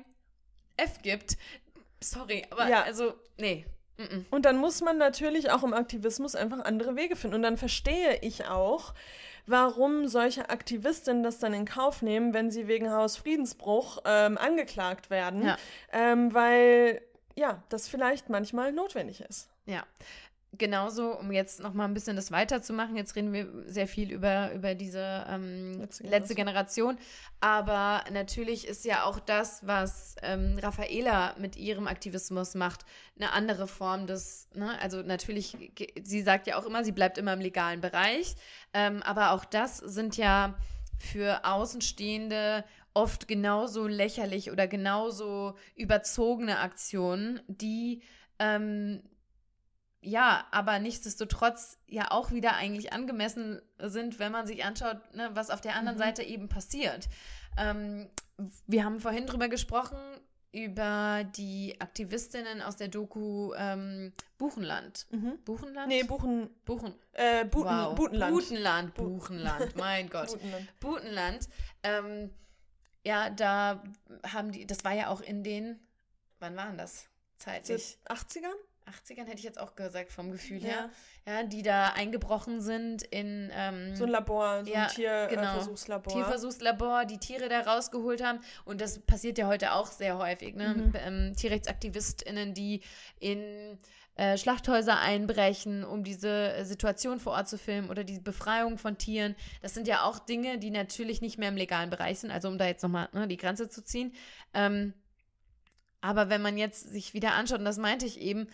F gibt, sorry, aber Ja. also, nee. Mm-mm. Und dann muss man natürlich auch im Aktivismus einfach andere Wege finden. Und dann verstehe ich auch, warum solche Aktivistinnen das dann in Kauf nehmen, wenn sie wegen Hausfriedensbruch ähm, angeklagt werden. Ja. Ähm, weil, ja, das vielleicht manchmal notwendig ist. Ja, genauso, um jetzt noch mal ein bisschen das weiterzumachen, jetzt reden wir sehr viel über, über diese ähm, Letzte letzte Generation, aber natürlich ist ja auch das, was ähm, Raffaela mit ihrem Aktivismus macht, eine andere Form des, ne, also natürlich, ge- sie sagt ja auch immer, sie bleibt immer im legalen Bereich, ähm, aber auch das sind ja für Außenstehende oft genauso lächerlich oder genauso überzogene Aktionen, die ähm, ja, aber nichtsdestotrotz ja auch wieder eigentlich angemessen sind, wenn man sich anschaut, ne, was auf der anderen Mhm. Seite eben passiert. Ähm, wir haben vorhin drüber gesprochen, über die Aktivistinnen aus der Doku ähm, Buchenland. Mhm. Buchenland? Nee, Buchen, Buchen. äh, Buten, wow. Butenland. Butenland, Bu- Buchenland, mein Gott. Butenland. Butenland. Ähm, ja, da haben die, das war ja auch in den, wann waren das? Zeitlich. achtzigern? achtzigern hätte ich jetzt auch gesagt, vom Gefühl Ja. her. Ja, die da eingebrochen sind in ähm, So ein Labor, so Ja, ein Tierversuchslabor. genau. Äh, Versuchslabor. Tierversuchslabor, die Tiere da rausgeholt haben. Und das passiert ja heute auch sehr häufig. Ne? Mhm. Ähm, TierrechtsaktivistInnen, die in äh, Schlachthäuser einbrechen, um diese äh, Situation vor Ort zu filmen oder die Befreiung von Tieren. Das sind ja auch Dinge, die natürlich nicht mehr im legalen Bereich sind. Also um da jetzt nochmal ne, die Grenze zu ziehen. Ähm, aber wenn man jetzt sich wieder anschaut, und das meinte ich eben,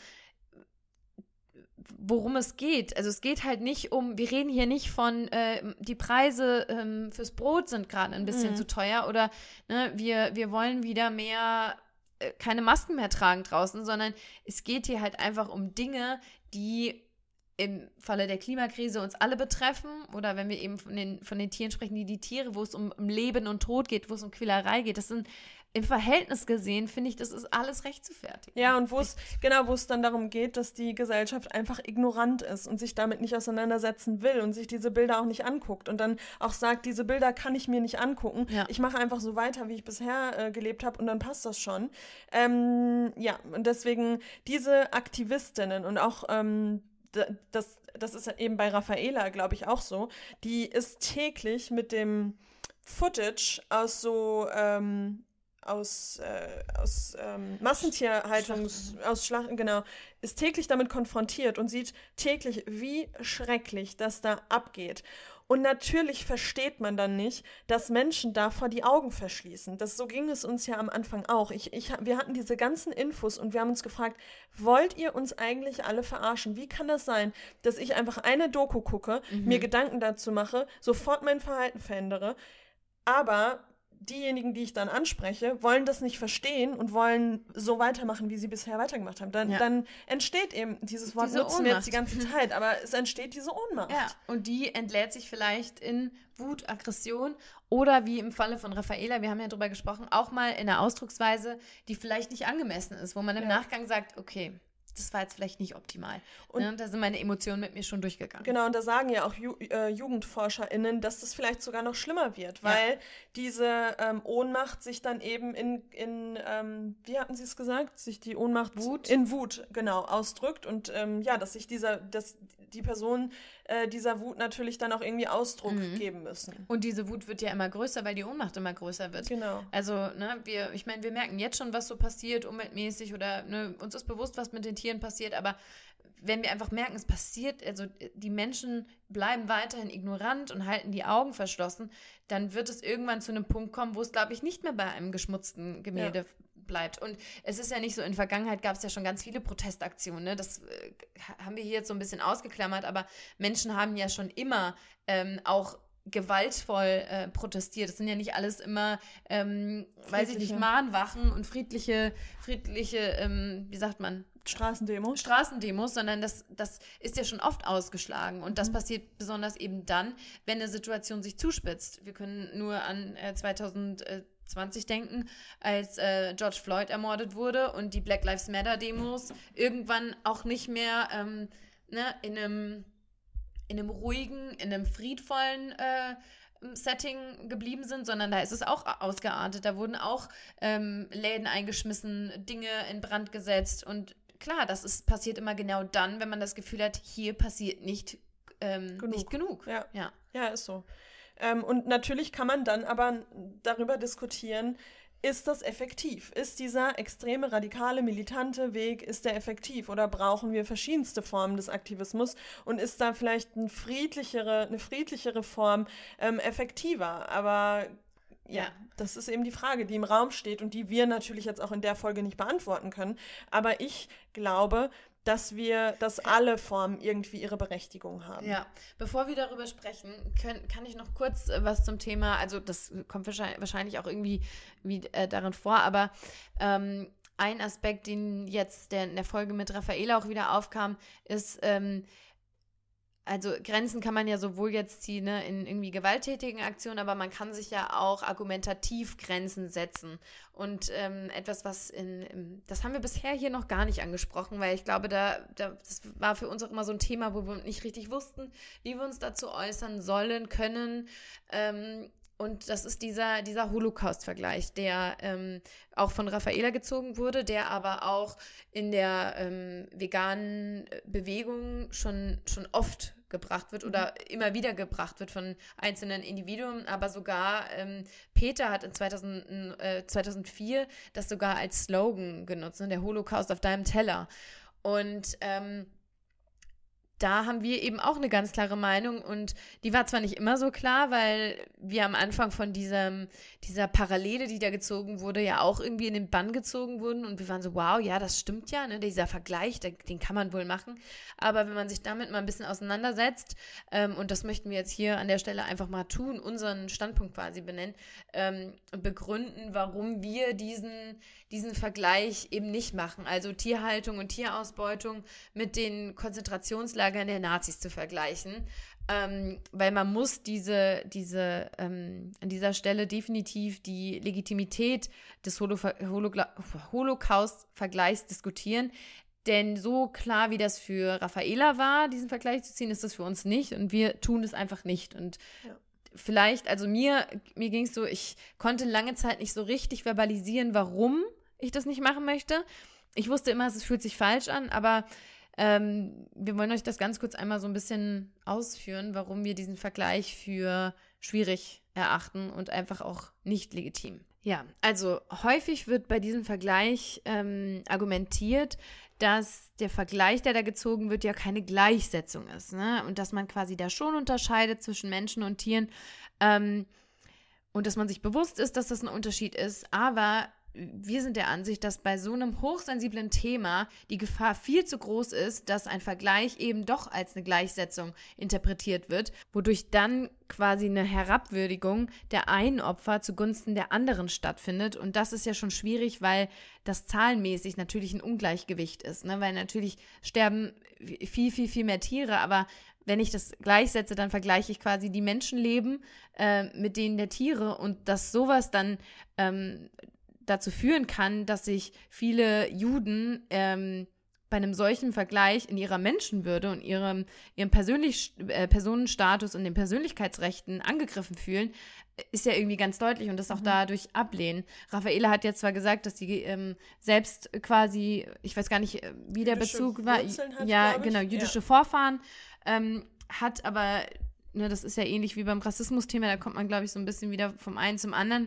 worum es geht. Also es geht halt nicht um, wir reden hier nicht von, äh, die Preise ähm, fürs Brot sind gerade ein bisschen Mhm. zu teuer oder ne, wir, wir wollen wieder mehr, äh, keine Masken mehr tragen draußen, sondern es geht hier halt einfach um Dinge, die im Falle der Klimakrise uns alle betreffen oder wenn wir eben von den, von den Tieren sprechen, die die Tiere, wo es um, um Leben und Tod geht, wo es um Quälerei geht, das sind im Verhältnis gesehen, finde ich, das ist alles recht zu fertigen. Ja, und wo es, genau, wo es dann darum geht, dass die Gesellschaft einfach ignorant ist und sich damit nicht auseinandersetzen will und sich diese Bilder auch nicht anguckt und dann auch sagt, diese Bilder kann ich mir nicht angucken. Ja. Ich mache einfach so weiter, wie ich bisher äh, gelebt habe und dann passt das schon. Ähm, ja, und deswegen diese Aktivistinnen und auch ähm, d- das, das ist eben bei Raffaela, glaube ich, auch so, die ist täglich mit dem Footage aus so ähm, aus, äh, aus ähm, Massentierhaltungs, aus Schlachten, genau, ist täglich damit konfrontiert und sieht täglich, wie schrecklich das da abgeht. Und natürlich versteht man dann nicht, dass Menschen davor die Augen verschließen. Das, so ging es uns ja am Anfang auch. Ich, ich, wir hatten diese ganzen Infos und wir haben uns gefragt, wollt ihr uns eigentlich alle verarschen? Wie kann das sein, dass ich einfach eine Doku gucke, Mhm. mir Gedanken dazu mache, sofort mein Verhalten verändere, aber diejenigen, die ich dann anspreche, wollen das nicht verstehen und wollen so weitermachen, wie sie bisher weitergemacht haben. Dann, Ja. dann entsteht eben, dieses Wort Diese nutzen wir jetzt die Ohnmacht. ganze Zeit, aber es entsteht diese Ohnmacht. Ja, und die entlädt sich vielleicht in Wut, Aggression oder wie im Falle von Raffaela, wir haben ja drüber gesprochen, auch mal in einer Ausdrucksweise, die vielleicht nicht angemessen ist, wo man im Ja. Nachgang sagt, okay, das war jetzt vielleicht nicht optimal. Und- ne? Da sind meine Emotionen mit mir schon durchgegangen. Genau, und da sagen ja auch Ju äh, JugendforscherInnen, dass das vielleicht sogar noch schlimmer wird, Ja. weil diese ähm, Ohnmacht sich dann eben in, in ähm, wie hatten Sie es gesagt, sich die Ohnmacht Wut. in Wut, genau, ausdrückt und ähm, ja, dass sich dieser, dass die Personen äh, dieser Wut natürlich dann auch irgendwie Ausdruck Mhm. geben müssen. Und diese Wut wird ja immer größer, weil die Ohnmacht immer größer wird. Genau. Also, ne, wir, ich meine, wir merken jetzt schon, was so passiert, umweltmäßig oder ne, uns ist bewusst, was mit den Tieren passiert, aber wenn wir einfach merken, es passiert, also die Menschen bleiben weiterhin ignorant und halten die Augen verschlossen, dann wird es irgendwann zu einem Punkt kommen, wo es, glaube ich, nicht mehr bei einem geschmutzten Gemälde Ja. bleibt. Und es ist ja nicht so, in der Vergangenheit gab es ja schon ganz viele Protestaktionen, ne? Das äh, haben wir hier jetzt so ein bisschen ausgeklammert, aber Menschen haben ja schon immer ähm, auch gewaltvoll äh, protestiert. Das sind ja nicht alles immer, ähm, weiß ich nicht, Friedliche. Mahnwachen und friedliche, friedliche, ähm, wie sagt man, Straßendemo. Straßendemos, sondern das, das ist ja schon oft ausgeschlagen. Und das Mhm. passiert besonders eben dann, wenn eine Situation sich zuspitzt. Wir können nur an äh, zweitausendzwanzig denken, als äh, George Floyd ermordet wurde und die Black Lives Matter Demos irgendwann auch nicht mehr ähm, ne, in einem in einem ruhigen, in einem friedvollen äh, Setting geblieben sind, sondern da ist es auch ausgeartet. Da wurden auch ähm, Läden eingeschmissen, Dinge in Brand gesetzt und klar, das ist, passiert immer genau dann, wenn man das Gefühl hat, hier passiert nicht, ähm, Genug. nicht genug. Ja. Ja. Ja, ist so. Ähm, und natürlich kann man dann aber darüber diskutieren, ist das effektiv? Ist dieser extreme, radikale, militante Weg, ist der effektiv? Oder brauchen wir verschiedenste Formen des Aktivismus? Und ist da vielleicht ein friedlichere, eine friedlichere Form ähm, effektiver? Aber ja, Ja. das ist eben die Frage, die im Raum steht und die wir natürlich jetzt auch in der Folge nicht beantworten können. Aber ich glaube, dass wir, dass alle Formen irgendwie ihre Berechtigung haben. Ja, bevor wir darüber sprechen, können, kann ich noch kurz äh, was zum Thema, also das kommt wahrscheinlich, wahrscheinlich auch irgendwie wie, äh, darin vor, aber ähm, ein Aspekt, den jetzt der, in der Folge mit Raffaela auch wieder aufkam, ist, ähm, also Grenzen kann man ja sowohl jetzt ziehen, ne, in irgendwie gewalttätigen Aktionen, aber man kann sich ja auch argumentativ Grenzen setzen. Und ähm, etwas, was in, im, das haben wir bisher hier noch gar nicht angesprochen, weil ich glaube, da, da, das war für uns auch immer so ein Thema, wo wir nicht richtig wussten, wie wir uns dazu äußern sollen, können. Ähm, Und das ist dieser, dieser Holocaust-Vergleich, der ähm, auch von Raffaela gezogen wurde, der aber auch in der ähm, veganen Bewegung schon, schon oft gebracht wird oder mhm. immer wieder gebracht wird von einzelnen Individuen. Aber sogar ähm, Peter hat in zweitausend, äh, zweitausendvier das sogar als Slogan genutzt, ne? Der Holocaust auf deinem Teller. Und ähm, da haben wir eben auch eine ganz klare Meinung und die war zwar nicht immer so klar, weil wir am Anfang von diesem, dieser Parallele, die da gezogen wurde, ja auch irgendwie in den Bann gezogen wurden und wir waren so, wow, ja, das stimmt ja, ne, dieser Vergleich, den, den kann man wohl machen, aber wenn man sich damit mal ein bisschen auseinandersetzt ähm, und das möchten wir jetzt hier an der Stelle einfach mal tun, unseren Standpunkt quasi benennen ähm, und begründen, warum wir diesen, diesen Vergleich eben nicht machen, also Tierhaltung und Tierausbeutung mit den Konzentrationslagern der Nazis zu vergleichen. ähm, weil man muss diese, diese ähm, an dieser Stelle definitiv die Legitimität des Holo- Holo- Holocaust-Vergleichs diskutieren. Denn so klar, wie das für Raffaela war, diesen Vergleich zu ziehen, ist das für uns nicht. Und wir tun es einfach nicht. Und ja. vielleicht, also mir, mir ging es so, ich konnte lange Zeit nicht so richtig verbalisieren, warum ich das nicht machen möchte. Ich wusste immer, es fühlt sich falsch an, aber ähm, wir wollen euch das ganz kurz einmal so ein bisschen ausführen, warum wir diesen Vergleich für schwierig erachten und einfach auch nicht legitim. Ja, also häufig wird bei diesem Vergleich ähm, argumentiert, dass der Vergleich, der da gezogen wird, ja keine Gleichsetzung ist, ne? Und dass man quasi da schon unterscheidet zwischen Menschen und Tieren ähm, und dass man sich bewusst ist, dass das ein Unterschied ist, aber wir sind der Ansicht, dass bei so einem hochsensiblen Thema die Gefahr viel zu groß ist, dass ein Vergleich eben doch als eine Gleichsetzung interpretiert wird, wodurch dann quasi eine Herabwürdigung der einen Opfer zugunsten der anderen stattfindet. Und das ist ja schon schwierig, weil das zahlenmäßig natürlich ein Ungleichgewicht ist, ne? Weil natürlich sterben viel, viel, viel mehr Tiere, aber wenn ich das gleichsetze, dann vergleiche ich quasi die Menschenleben äh, mit denen der Tiere und dass sowas dann ähm, dazu führen kann, dass sich viele Juden ähm, bei einem solchen Vergleich in ihrer Menschenwürde und ihrem, ihrem Persönlich, äh, Personenstatus und den Persönlichkeitsrechten angegriffen fühlen, ist ja irgendwie ganz deutlich und das auch mhm. dadurch ablehnen. Raffaela hat ja zwar gesagt, dass sie ähm, selbst quasi, ich weiß gar nicht, wie der jüdische Bezug war. Hat, ja, genau, jüdische ja. Vorfahren ähm, hat, aber ne, das ist ja ähnlich wie beim Rassismus-Thema, da kommt man, glaube ich, so ein bisschen wieder vom einen zum anderen.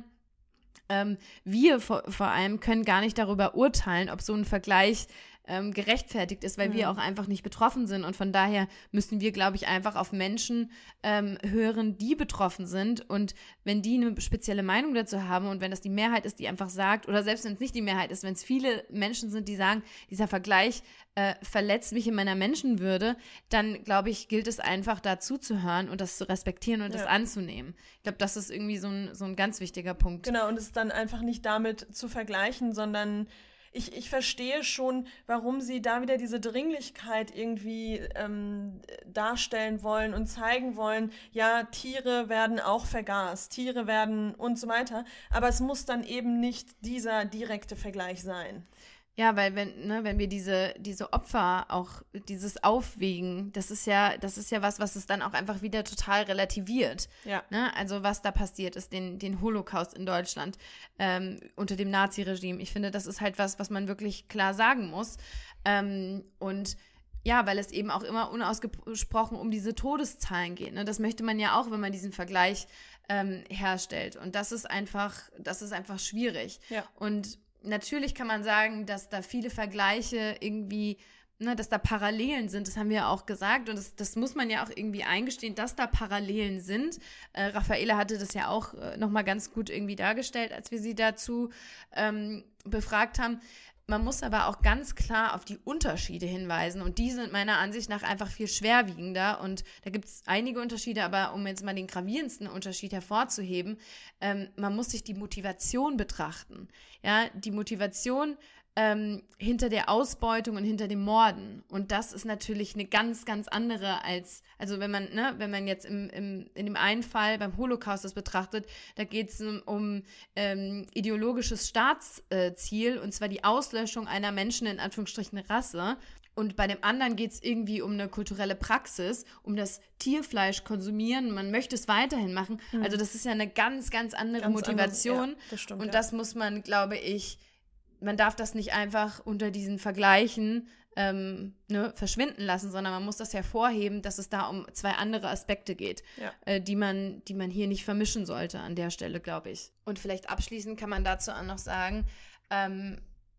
Ähm, wir vor, vor allem können gar nicht darüber urteilen, ob so ein Vergleich ähm, gerechtfertigt ist, weil mhm. wir auch einfach nicht betroffen sind. Und von daher müssen wir, glaube ich, einfach auf Menschen ähm, hören, die betroffen sind. Und wenn die eine spezielle Meinung dazu haben und wenn das die Mehrheit ist, die einfach sagt, oder selbst wenn es nicht die Mehrheit ist, wenn es viele Menschen sind, die sagen, dieser Vergleich äh, verletzt mich in meiner Menschenwürde, dann, glaube ich, gilt es einfach, da zuzuhören und das zu respektieren und ja. das anzunehmen. Ich glaube, das ist irgendwie so ein, so ein ganz wichtiger Punkt. Genau, und es ist dann einfach nicht damit zu vergleichen, sondern Ich, ich verstehe schon, warum sie da wieder diese Dringlichkeit irgendwie ähm, darstellen wollen und zeigen wollen, ja, Tiere werden auch vergast, Tiere werden und so weiter, aber es muss dann eben nicht dieser direkte Vergleich sein. Ja, weil wenn, ne, wenn wir diese, diese Opfer auch, dieses Aufwägen, das ist ja, das ist ja was, was es dann auch einfach wieder total relativiert. Ja. Ne? Also was da passiert ist, den, den Holocaust in Deutschland ähm, unter dem Naziregime. Ich finde, das ist halt was, was man wirklich klar sagen muss. Ähm, und ja, weil es eben auch immer unausgesprochen um diese Todeszahlen geht. Ne? Das möchte man ja auch, wenn man diesen Vergleich ähm, herstellt. Und das ist einfach, das ist einfach schwierig. Ja. Und natürlich kann man sagen, dass da viele Vergleiche irgendwie, ne, dass da Parallelen sind, das haben wir ja auch gesagt und das, das muss man ja auch irgendwie eingestehen, dass da Parallelen sind. Äh, Raffaela hatte das ja auch äh, nochmal ganz gut irgendwie dargestellt, als wir sie dazu ähm, befragt haben. Man muss aber auch ganz klar auf die Unterschiede hinweisen und die sind meiner Ansicht nach einfach viel schwerwiegender und da gibt es einige Unterschiede, aber um jetzt mal den gravierendsten Unterschied hervorzuheben, ähm, man muss sich die Motivation betrachten. Ja, die Motivation ähm, hinter der Ausbeutung und hinter dem Morden und das ist natürlich eine ganz, ganz andere als, also wenn man, ne, wenn man jetzt im, im, in dem einen Fall beim Holocaust das betrachtet, da geht es um, um ähm, ideologisches Staatsziel äh, und zwar die Auslöschung einer Menschen in Anführungsstrichen Rasse und bei dem anderen geht es irgendwie um eine kulturelle Praxis, um das Tierfleisch konsumieren, man möchte es weiterhin machen, mhm. also das ist ja eine ganz, ganz andere ganz Motivation anders, ja, das stimmt, und ja. das muss man, glaube ich, man darf das nicht einfach unter diesen Vergleichen ähm, ne, verschwinden lassen, sondern man muss das hervorheben, dass es da um zwei andere Aspekte geht, ja. äh, die man, die man hier nicht vermischen sollte an der Stelle, glaube ich. Und vielleicht abschließend kann man dazu auch noch sagen, ähm,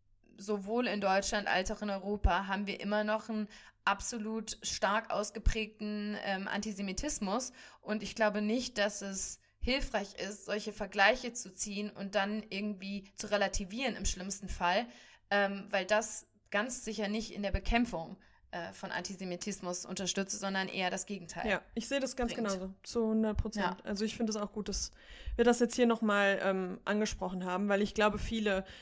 sowohl in Deutschland als auch in Europa haben wir immer noch einen absolut stark ausgeprägten ähm, Antisemitismus und ich glaube nicht, dass es hilfreich ist, solche Vergleiche zu ziehen und dann irgendwie zu relativieren im schlimmsten Fall, ähm, weil das ganz sicher nicht in der Bekämpfung äh, von Antisemitismus unterstützt, sondern eher das Gegenteil. Ja, ich sehe das ganz bringt. genauso, zu hundert Prozent. Ja. Also ich finde es auch gut, dass wir das jetzt hier nochmal ähm, angesprochen haben, weil ich glaube, viele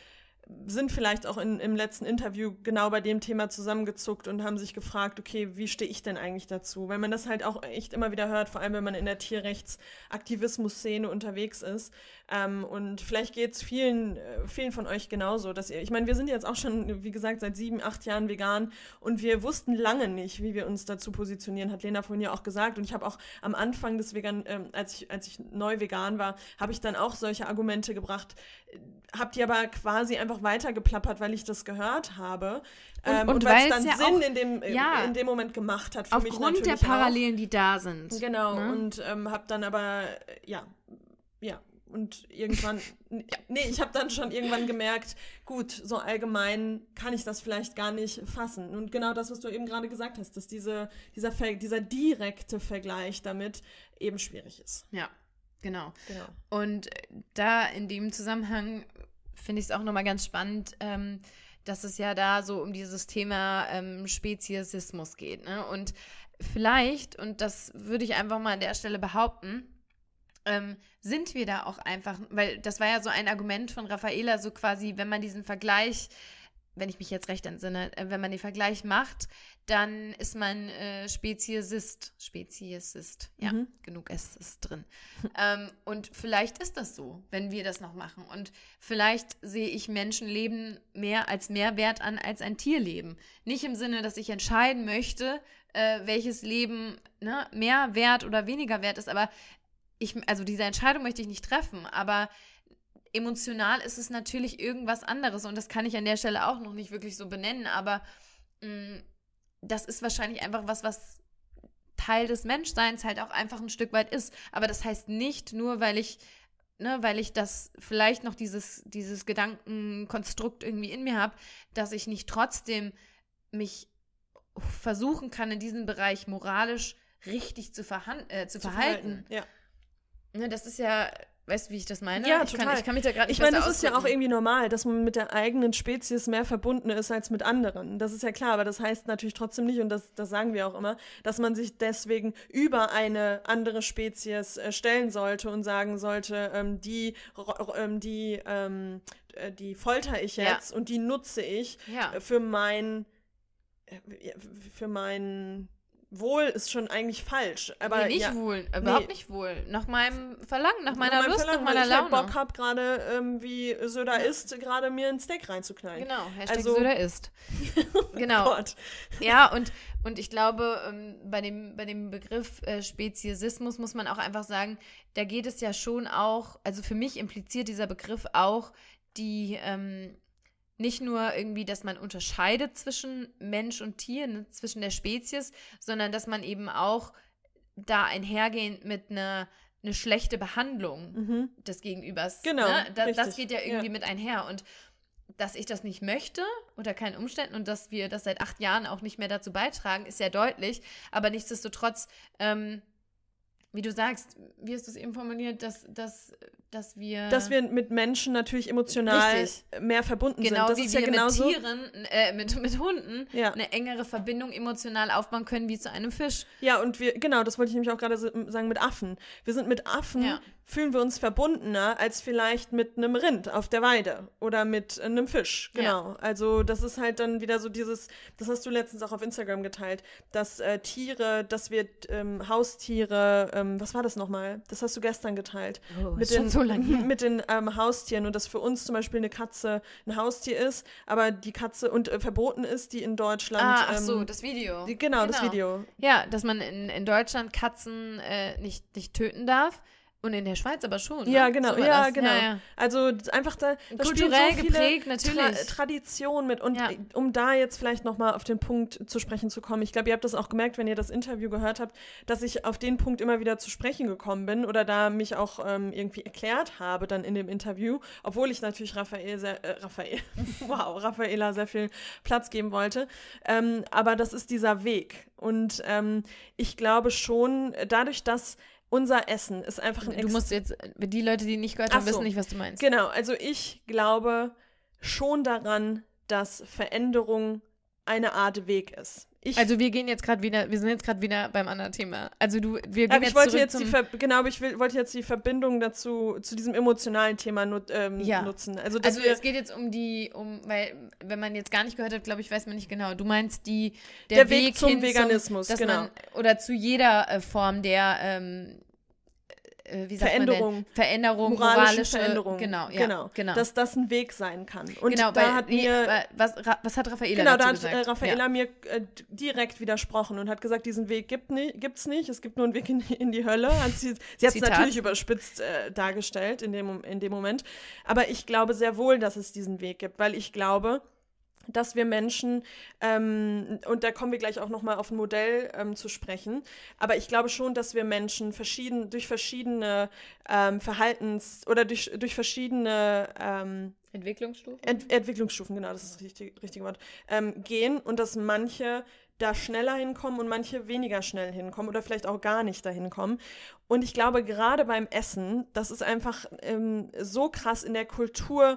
sind vielleicht auch in, im letzten Interview genau bei dem Thema zusammengezuckt und haben sich gefragt, okay, wie stehe ich denn eigentlich dazu? Weil man das halt auch echt immer wieder hört, vor allem wenn man in der Tierrechtsaktivismus-Szene unterwegs ist. Ähm, und vielleicht geht es vielen, äh, vielen von euch genauso, dass ihr, ich meine, wir sind jetzt auch schon, wie gesagt, seit sieben, acht Jahren vegan und wir wussten lange nicht, wie wir uns dazu positionieren, hat Lena vorhin ja auch gesagt. Und ich habe auch am Anfang des Vegan, ähm, als ich, als ich neu vegan war, habe ich dann auch solche Argumente gebracht, habe die aber quasi einfach weitergeplappert, weil ich das gehört habe. Und, ähm, und, und weil es dann ja Sinn auch, in, dem, ja, in dem Moment gemacht hat für mich aufgrund natürlich der Parallelen, auch. die da sind. Genau, ne? und ähm, habe dann aber, äh, ja, ja, und irgendwann, ja, nee, ich habe dann schon irgendwann gemerkt, gut, so allgemein kann ich das vielleicht gar nicht fassen. Und genau das, was du eben gerade gesagt hast, dass diese, dieser, Ver- dieser direkte Vergleich damit eben schwierig ist. Ja, genau. genau. Und da in dem Zusammenhang finde ich es auch nochmal ganz spannend, ähm, dass es ja da so um dieses Thema ähm, Speziesismus geht. Ne? Und vielleicht, und das würde ich einfach mal an der Stelle behaupten, ähm, sind wir da auch einfach, weil das war ja so ein Argument von Raffaela, so quasi, wenn man diesen Vergleich, wenn ich mich jetzt recht entsinne, äh, wenn man den Vergleich macht, dann ist man äh, Speziesist. Speziesist, ja, mhm. genug S ist drin. ähm, und vielleicht ist das so, wenn wir das noch machen. Und vielleicht sehe ich Menschenleben mehr als mehr wert an als ein Tierleben. Nicht im Sinne, dass ich entscheiden möchte, äh, welches Leben ne, mehr wert oder weniger wert ist, aber ich, also diese Entscheidung möchte ich nicht treffen, aber emotional ist es natürlich irgendwas anderes und das kann ich an der Stelle auch noch nicht wirklich so benennen, aber mh, das ist wahrscheinlich einfach was, was Teil des Menschseins halt auch einfach ein Stück weit ist. Aber das heißt nicht, nur weil ich, ne, weil ich das vielleicht noch dieses, dieses Gedankenkonstrukt irgendwie in mir habe, dass ich nicht trotzdem mich versuchen kann, in diesem Bereich moralisch richtig zu, verhan- äh, zu, zu verhalten. verhalten. Ja. Ne, das ist ja, weißt du, wie ich das meine? Ja, ich total. Kann, ich kann mich da gerade nicht Ich meine, das ausdrücken. ist ja auch irgendwie normal, dass man mit der eigenen Spezies mehr verbunden ist als mit anderen. Das ist ja klar, aber das heißt natürlich trotzdem nicht, und das, das sagen wir auch immer, dass man sich deswegen über eine andere Spezies äh, stellen sollte und sagen sollte, ähm, die, ähm, die, ähm, die folter ich jetzt ja. und die nutze ich ja. für mein, für mein Wohl ist schon eigentlich falsch. Aber nee, nicht ja, wohl, überhaupt nee. nicht wohl. Nach meinem Verlangen, nach meiner nach Lust, Verlangen, nach meiner weil Laune. Ich halt Bock habe, gerade, ähm, wie Söder ja. isst, gerade mir ein Steak reinzuknallen. Genau, Hashtag also, Söder isst. Genau. Gott. Ja, und, und ich glaube, ähm, bei, dem, bei dem Begriff äh, Speziesismus muss man auch einfach sagen, da geht es ja schon auch, also für mich impliziert dieser Begriff auch die, ähm, nicht nur irgendwie, dass man unterscheidet zwischen Mensch und Tier, ne, zwischen der Spezies, sondern dass man eben auch da einhergehend mit einer eine schlechte Behandlung mhm. des Gegenübers. Genau, ne? da, das geht ja irgendwie ja. mit einher. Und dass ich das nicht möchte, unter keinen Umständen, und dass wir das seit acht Jahren auch nicht mehr dazu beitragen, ist ja deutlich. Aber nichtsdestotrotz, ähm, wie du sagst, wie hast du es eben formuliert, dass, dass, dass wir... Dass wir mit Menschen natürlich emotional Richtig. mehr verbunden genau, sind. Das wie ist wir ja genauso, mit Tieren, äh, mit, mit Hunden ja. eine engere Verbindung emotional aufbauen können wie zu einem Fisch. Ja, und wir, genau, das wollte ich nämlich auch gerade sagen mit Affen. Wir sind mit Affen, ja. fühlen wir uns verbundener als vielleicht mit einem Rind auf der Weide oder mit einem Fisch. Genau. Ja. Also das ist halt dann wieder so dieses, das hast du letztens auch auf Instagram geteilt, dass äh, Tiere, dass wir ähm, Haustiere, ähm, was war das nochmal? Das hast du gestern geteilt. Oh, mit schon den, so lange her. Mit den ähm, Haustieren und dass für uns zum Beispiel eine Katze ein Haustier ist, aber die Katze und äh, verboten ist, die in Deutschland... Ah, ach ähm, so, das Video. Die, genau, genau, das Video. Ja, dass man in, in Deutschland Katzen äh, nicht, nicht töten darf. Und in der Schweiz aber schon. Ne? Ja, genau. So ja, das. genau. Ja, ja. Also einfach da, da kulturell so geprägt, natürlich. Tra- Tradition mit. Und ja. um da jetzt vielleicht nochmal auf den Punkt zu sprechen zu kommen, ich glaube, ihr habt das auch gemerkt, wenn ihr das Interview gehört habt, dass ich auf den Punkt immer wieder zu sprechen gekommen bin oder da mich auch ähm, irgendwie erklärt habe dann in dem Interview, obwohl ich natürlich Raphael sehr, äh, Raphael, wow, Raffaela sehr viel Platz geben wollte. Ähm, aber das ist dieser Weg. Und ähm, ich glaube schon, dadurch, dass unser Essen ist einfach ein Du musst jetzt, die Leute, die nicht gehört haben, so. wissen nicht, was du meinst. Genau, also ich glaube schon daran, dass Veränderung eine Art Weg ist. Ich, also wir gehen jetzt gerade wieder, wir sind jetzt gerade wieder beim anderen Thema. Also du, wir gehen aber ich jetzt wollte zurück jetzt zum... die Ver- genau, aber ich will, wollte jetzt die Verbindung dazu, zu diesem emotionalen Thema nut, ähm, Ja. nutzen. Also, dass Also wir, es geht jetzt um die, um, weil, wenn man jetzt gar nicht gehört hat, glaube ich, weiß man nicht genau. Du meinst die, der, der Weg, Weg zum hin Veganismus, dass genau. Man, oder zu jeder äh, Form der, ähm, äh, wie sagt Veränderung. man denn? Veränderung, moralische, moralische Veränderung. Genau, ja, genau. genau. Dass das ein Weg sein kann. Und genau, da weil, hat nee, mir... was, was hat Raffaella Genau, dazu da hat gesagt? äh, Raffaella ja. mir äh, direkt widersprochen und hat gesagt, diesen Weg gibt ni- gibt's nicht, es gibt nur einen Weg in, in die Hölle. Hat sie sie hat es natürlich überspitzt äh, dargestellt in dem, in dem Moment. Aber ich glaube sehr wohl, dass es diesen Weg gibt, weil ich glaube, dass wir Menschen, ähm, und da kommen wir gleich auch nochmal auf ein Modell ähm, zu sprechen, aber ich glaube schon, dass wir Menschen verschieden, durch verschiedene ähm, Verhaltens- oder durch, durch verschiedene ähm, Entwicklungsstufen? Ent- Entwicklungsstufen, genau, das ist das richtig, richtige Wort, ähm, gehen und dass manche da schneller hinkommen und manche weniger schnell hinkommen oder vielleicht auch gar nicht dahin kommen. Und ich glaube, gerade beim Essen, das ist einfach ähm, so krass in der Kultur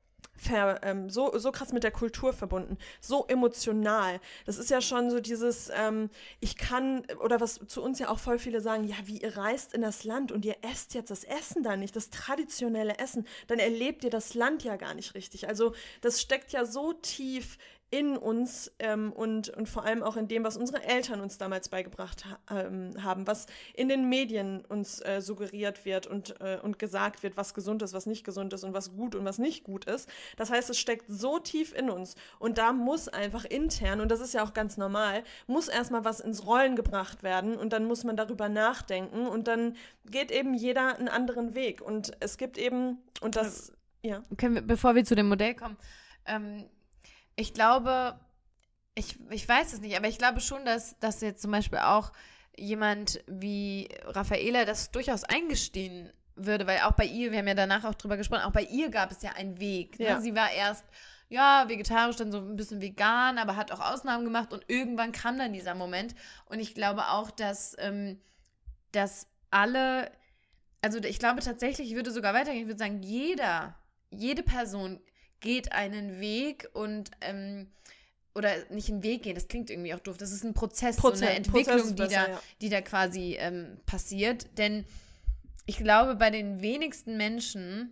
Ver, ähm, so, so krass mit der Kultur verbunden, so emotional. Das ist ja schon so dieses, ähm, ich kann, oder was zu uns ja auch voll viele sagen, ja, wie ihr reist in das Land und ihr esst jetzt das Essen da nicht, das traditionelle Essen, dann erlebt ihr das Land ja gar nicht richtig. Also das steckt ja so tief in uns ähm, und, und vor allem auch in dem, was unsere Eltern uns damals beigebracht ha- ähm, haben, was in den Medien uns äh, suggeriert wird und, äh, und gesagt wird, was gesund ist, was nicht gesund ist und was gut und was nicht gut ist. Das heißt, es steckt so tief in uns und da muss einfach intern, und das ist ja auch ganz normal, muss erstmal was ins Rollen gebracht werden und dann muss man darüber nachdenken und dann geht eben jeder einen anderen Weg und es gibt eben, und das, ja. Können wir, bevor wir zu dem Modell kommen, ähm, ich glaube, ich, ich weiß es nicht, aber ich glaube schon, dass, dass jetzt zum Beispiel auch jemand wie Raffaella das durchaus eingestehen würde, weil auch bei ihr, wir haben ja danach auch drüber gesprochen, auch bei ihr gab es ja einen Weg. Ne? Ja. Sie war erst, ja, vegetarisch, dann so ein bisschen vegan, aber hat auch Ausnahmen gemacht und irgendwann kam dann dieser Moment. Und ich glaube auch, dass, ähm, dass alle, also ich glaube tatsächlich, ich würde sogar weitergehen, ich würde sagen, jeder, jede Person geht einen Weg und, ähm, oder nicht einen Weg gehen, das klingt irgendwie auch doof, das ist ein Prozess, Prozess, so eine Entwicklung, besser, die, da, ja. die da quasi ähm, passiert, denn ich glaube, bei den wenigsten Menschen,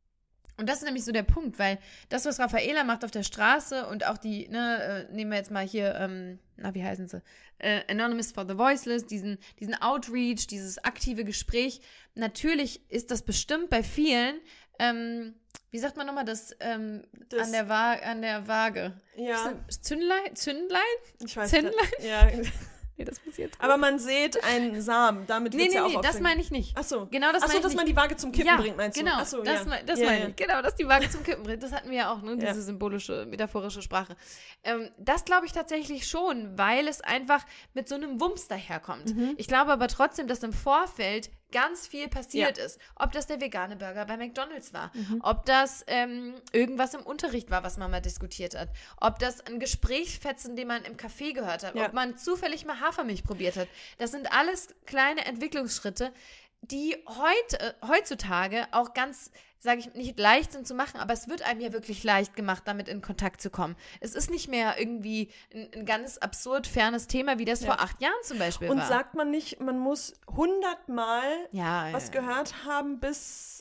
und das ist nämlich so der Punkt, weil das, was Raffaella macht auf der Straße und auch die, ne, äh, nehmen wir jetzt mal hier, ähm, na, wie heißen sie, äh, Anonymous for the Voiceless, diesen, diesen Outreach, dieses aktive Gespräch, natürlich ist das bestimmt bei vielen, ähm, wie sagt man nochmal, das, ähm, Das- an, der Wa- an der Waage. Ja, Zündlein? Zündlein? ich weiß Zündlein? nicht. Ja. Nee, das muss jetzt. Aber man sieht einen Samen, damit Nee, wird's nee, ja auch nee, oft das so- meine ich nicht. Ach so. Genau das Ach so, meine ich dass nicht. man die Waage zum Kippen ja, bringt, meinst genau, du? Ach so, das, ja. me- das ja, meine ja. ich. Genau, dass die Waage zum Kippen bringt. Das hatten wir ja auch, ne? Diese Ja. symbolische, metaphorische Sprache. Ähm, das glaube ich tatsächlich schon, weil es einfach mit so einem Wumms daherkommt. Mhm. Ich glaube aber trotzdem, dass im Vorfeld ganz viel passiert ist. Ob das der vegane Burger bei McDonald's war, Mhm. ob das ähm, irgendwas im Unterricht war, was man mal diskutiert hat, ob das ein Gesprächsfetzen, den man im Café gehört hat, Ja. ob man zufällig mal Hafermilch probiert hat. Das sind alles kleine Entwicklungsschritte, die heute, äh, heutzutage auch ganz, sage ich nicht, leicht sind zu machen, aber es wird einem ja wirklich leicht gemacht, damit in Kontakt zu kommen. Es ist nicht mehr irgendwie ein, ein ganz absurd fernes Thema, wie das Ja. vor acht Jahren zum Beispiel Und war. sagt man nicht, man muss hundertmal ja, was ja. gehört haben, bis.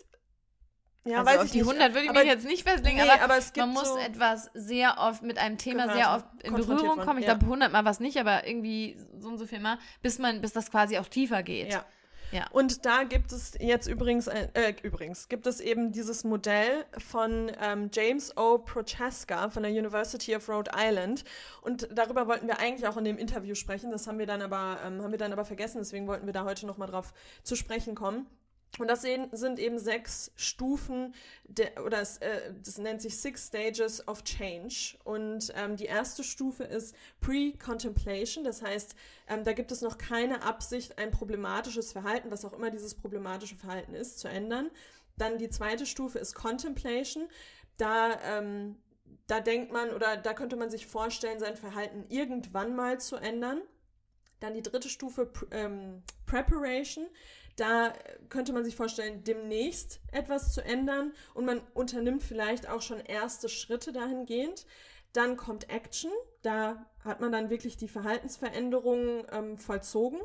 Ja, Also weiß auf ich die nicht. hundert würde ich aber, mich jetzt nicht festlegen, nee, aber, aber es gibt man muss so etwas sehr oft mit einem Thema gehört sehr haben, oft in konfrontiert Berührung worden, kommen. Ich ja. glaube, hundert Mal was nicht, aber irgendwie so und so viel Mal, bis man, bis das quasi auch tiefer geht. Ja. Ja. Und da gibt es jetzt übrigens, ein- äh, übrigens, gibt es eben dieses Modell von ähm, James O. Prochaska von der University of Rhode Island. Und darüber wollten wir eigentlich auch in dem Interview sprechen. Das haben wir dann aber, ähm, haben wir dann aber vergessen. Deswegen wollten wir da heute nochmal drauf zu sprechen kommen. Und das sind eben sechs Stufen, der, oder es, äh, das nennt sich Six Stages of Change. Und ähm, die erste Stufe ist Pre-Contemplation, das heißt, ähm, da gibt es noch keine Absicht, ein problematisches Verhalten, was auch immer dieses problematische Verhalten ist, zu ändern. Dann die zweite Stufe ist Contemplation, da, ähm, da denkt man oder da könnte man sich vorstellen, sein Verhalten irgendwann mal zu ändern. Dann die dritte Stufe, ähm, Preparation. Da könnte man sich vorstellen, demnächst etwas zu ändern und man unternimmt vielleicht auch schon erste Schritte dahingehend. Dann kommt Action. da hat man dann wirklich die Verhaltensveränderungen ähm, vollzogen.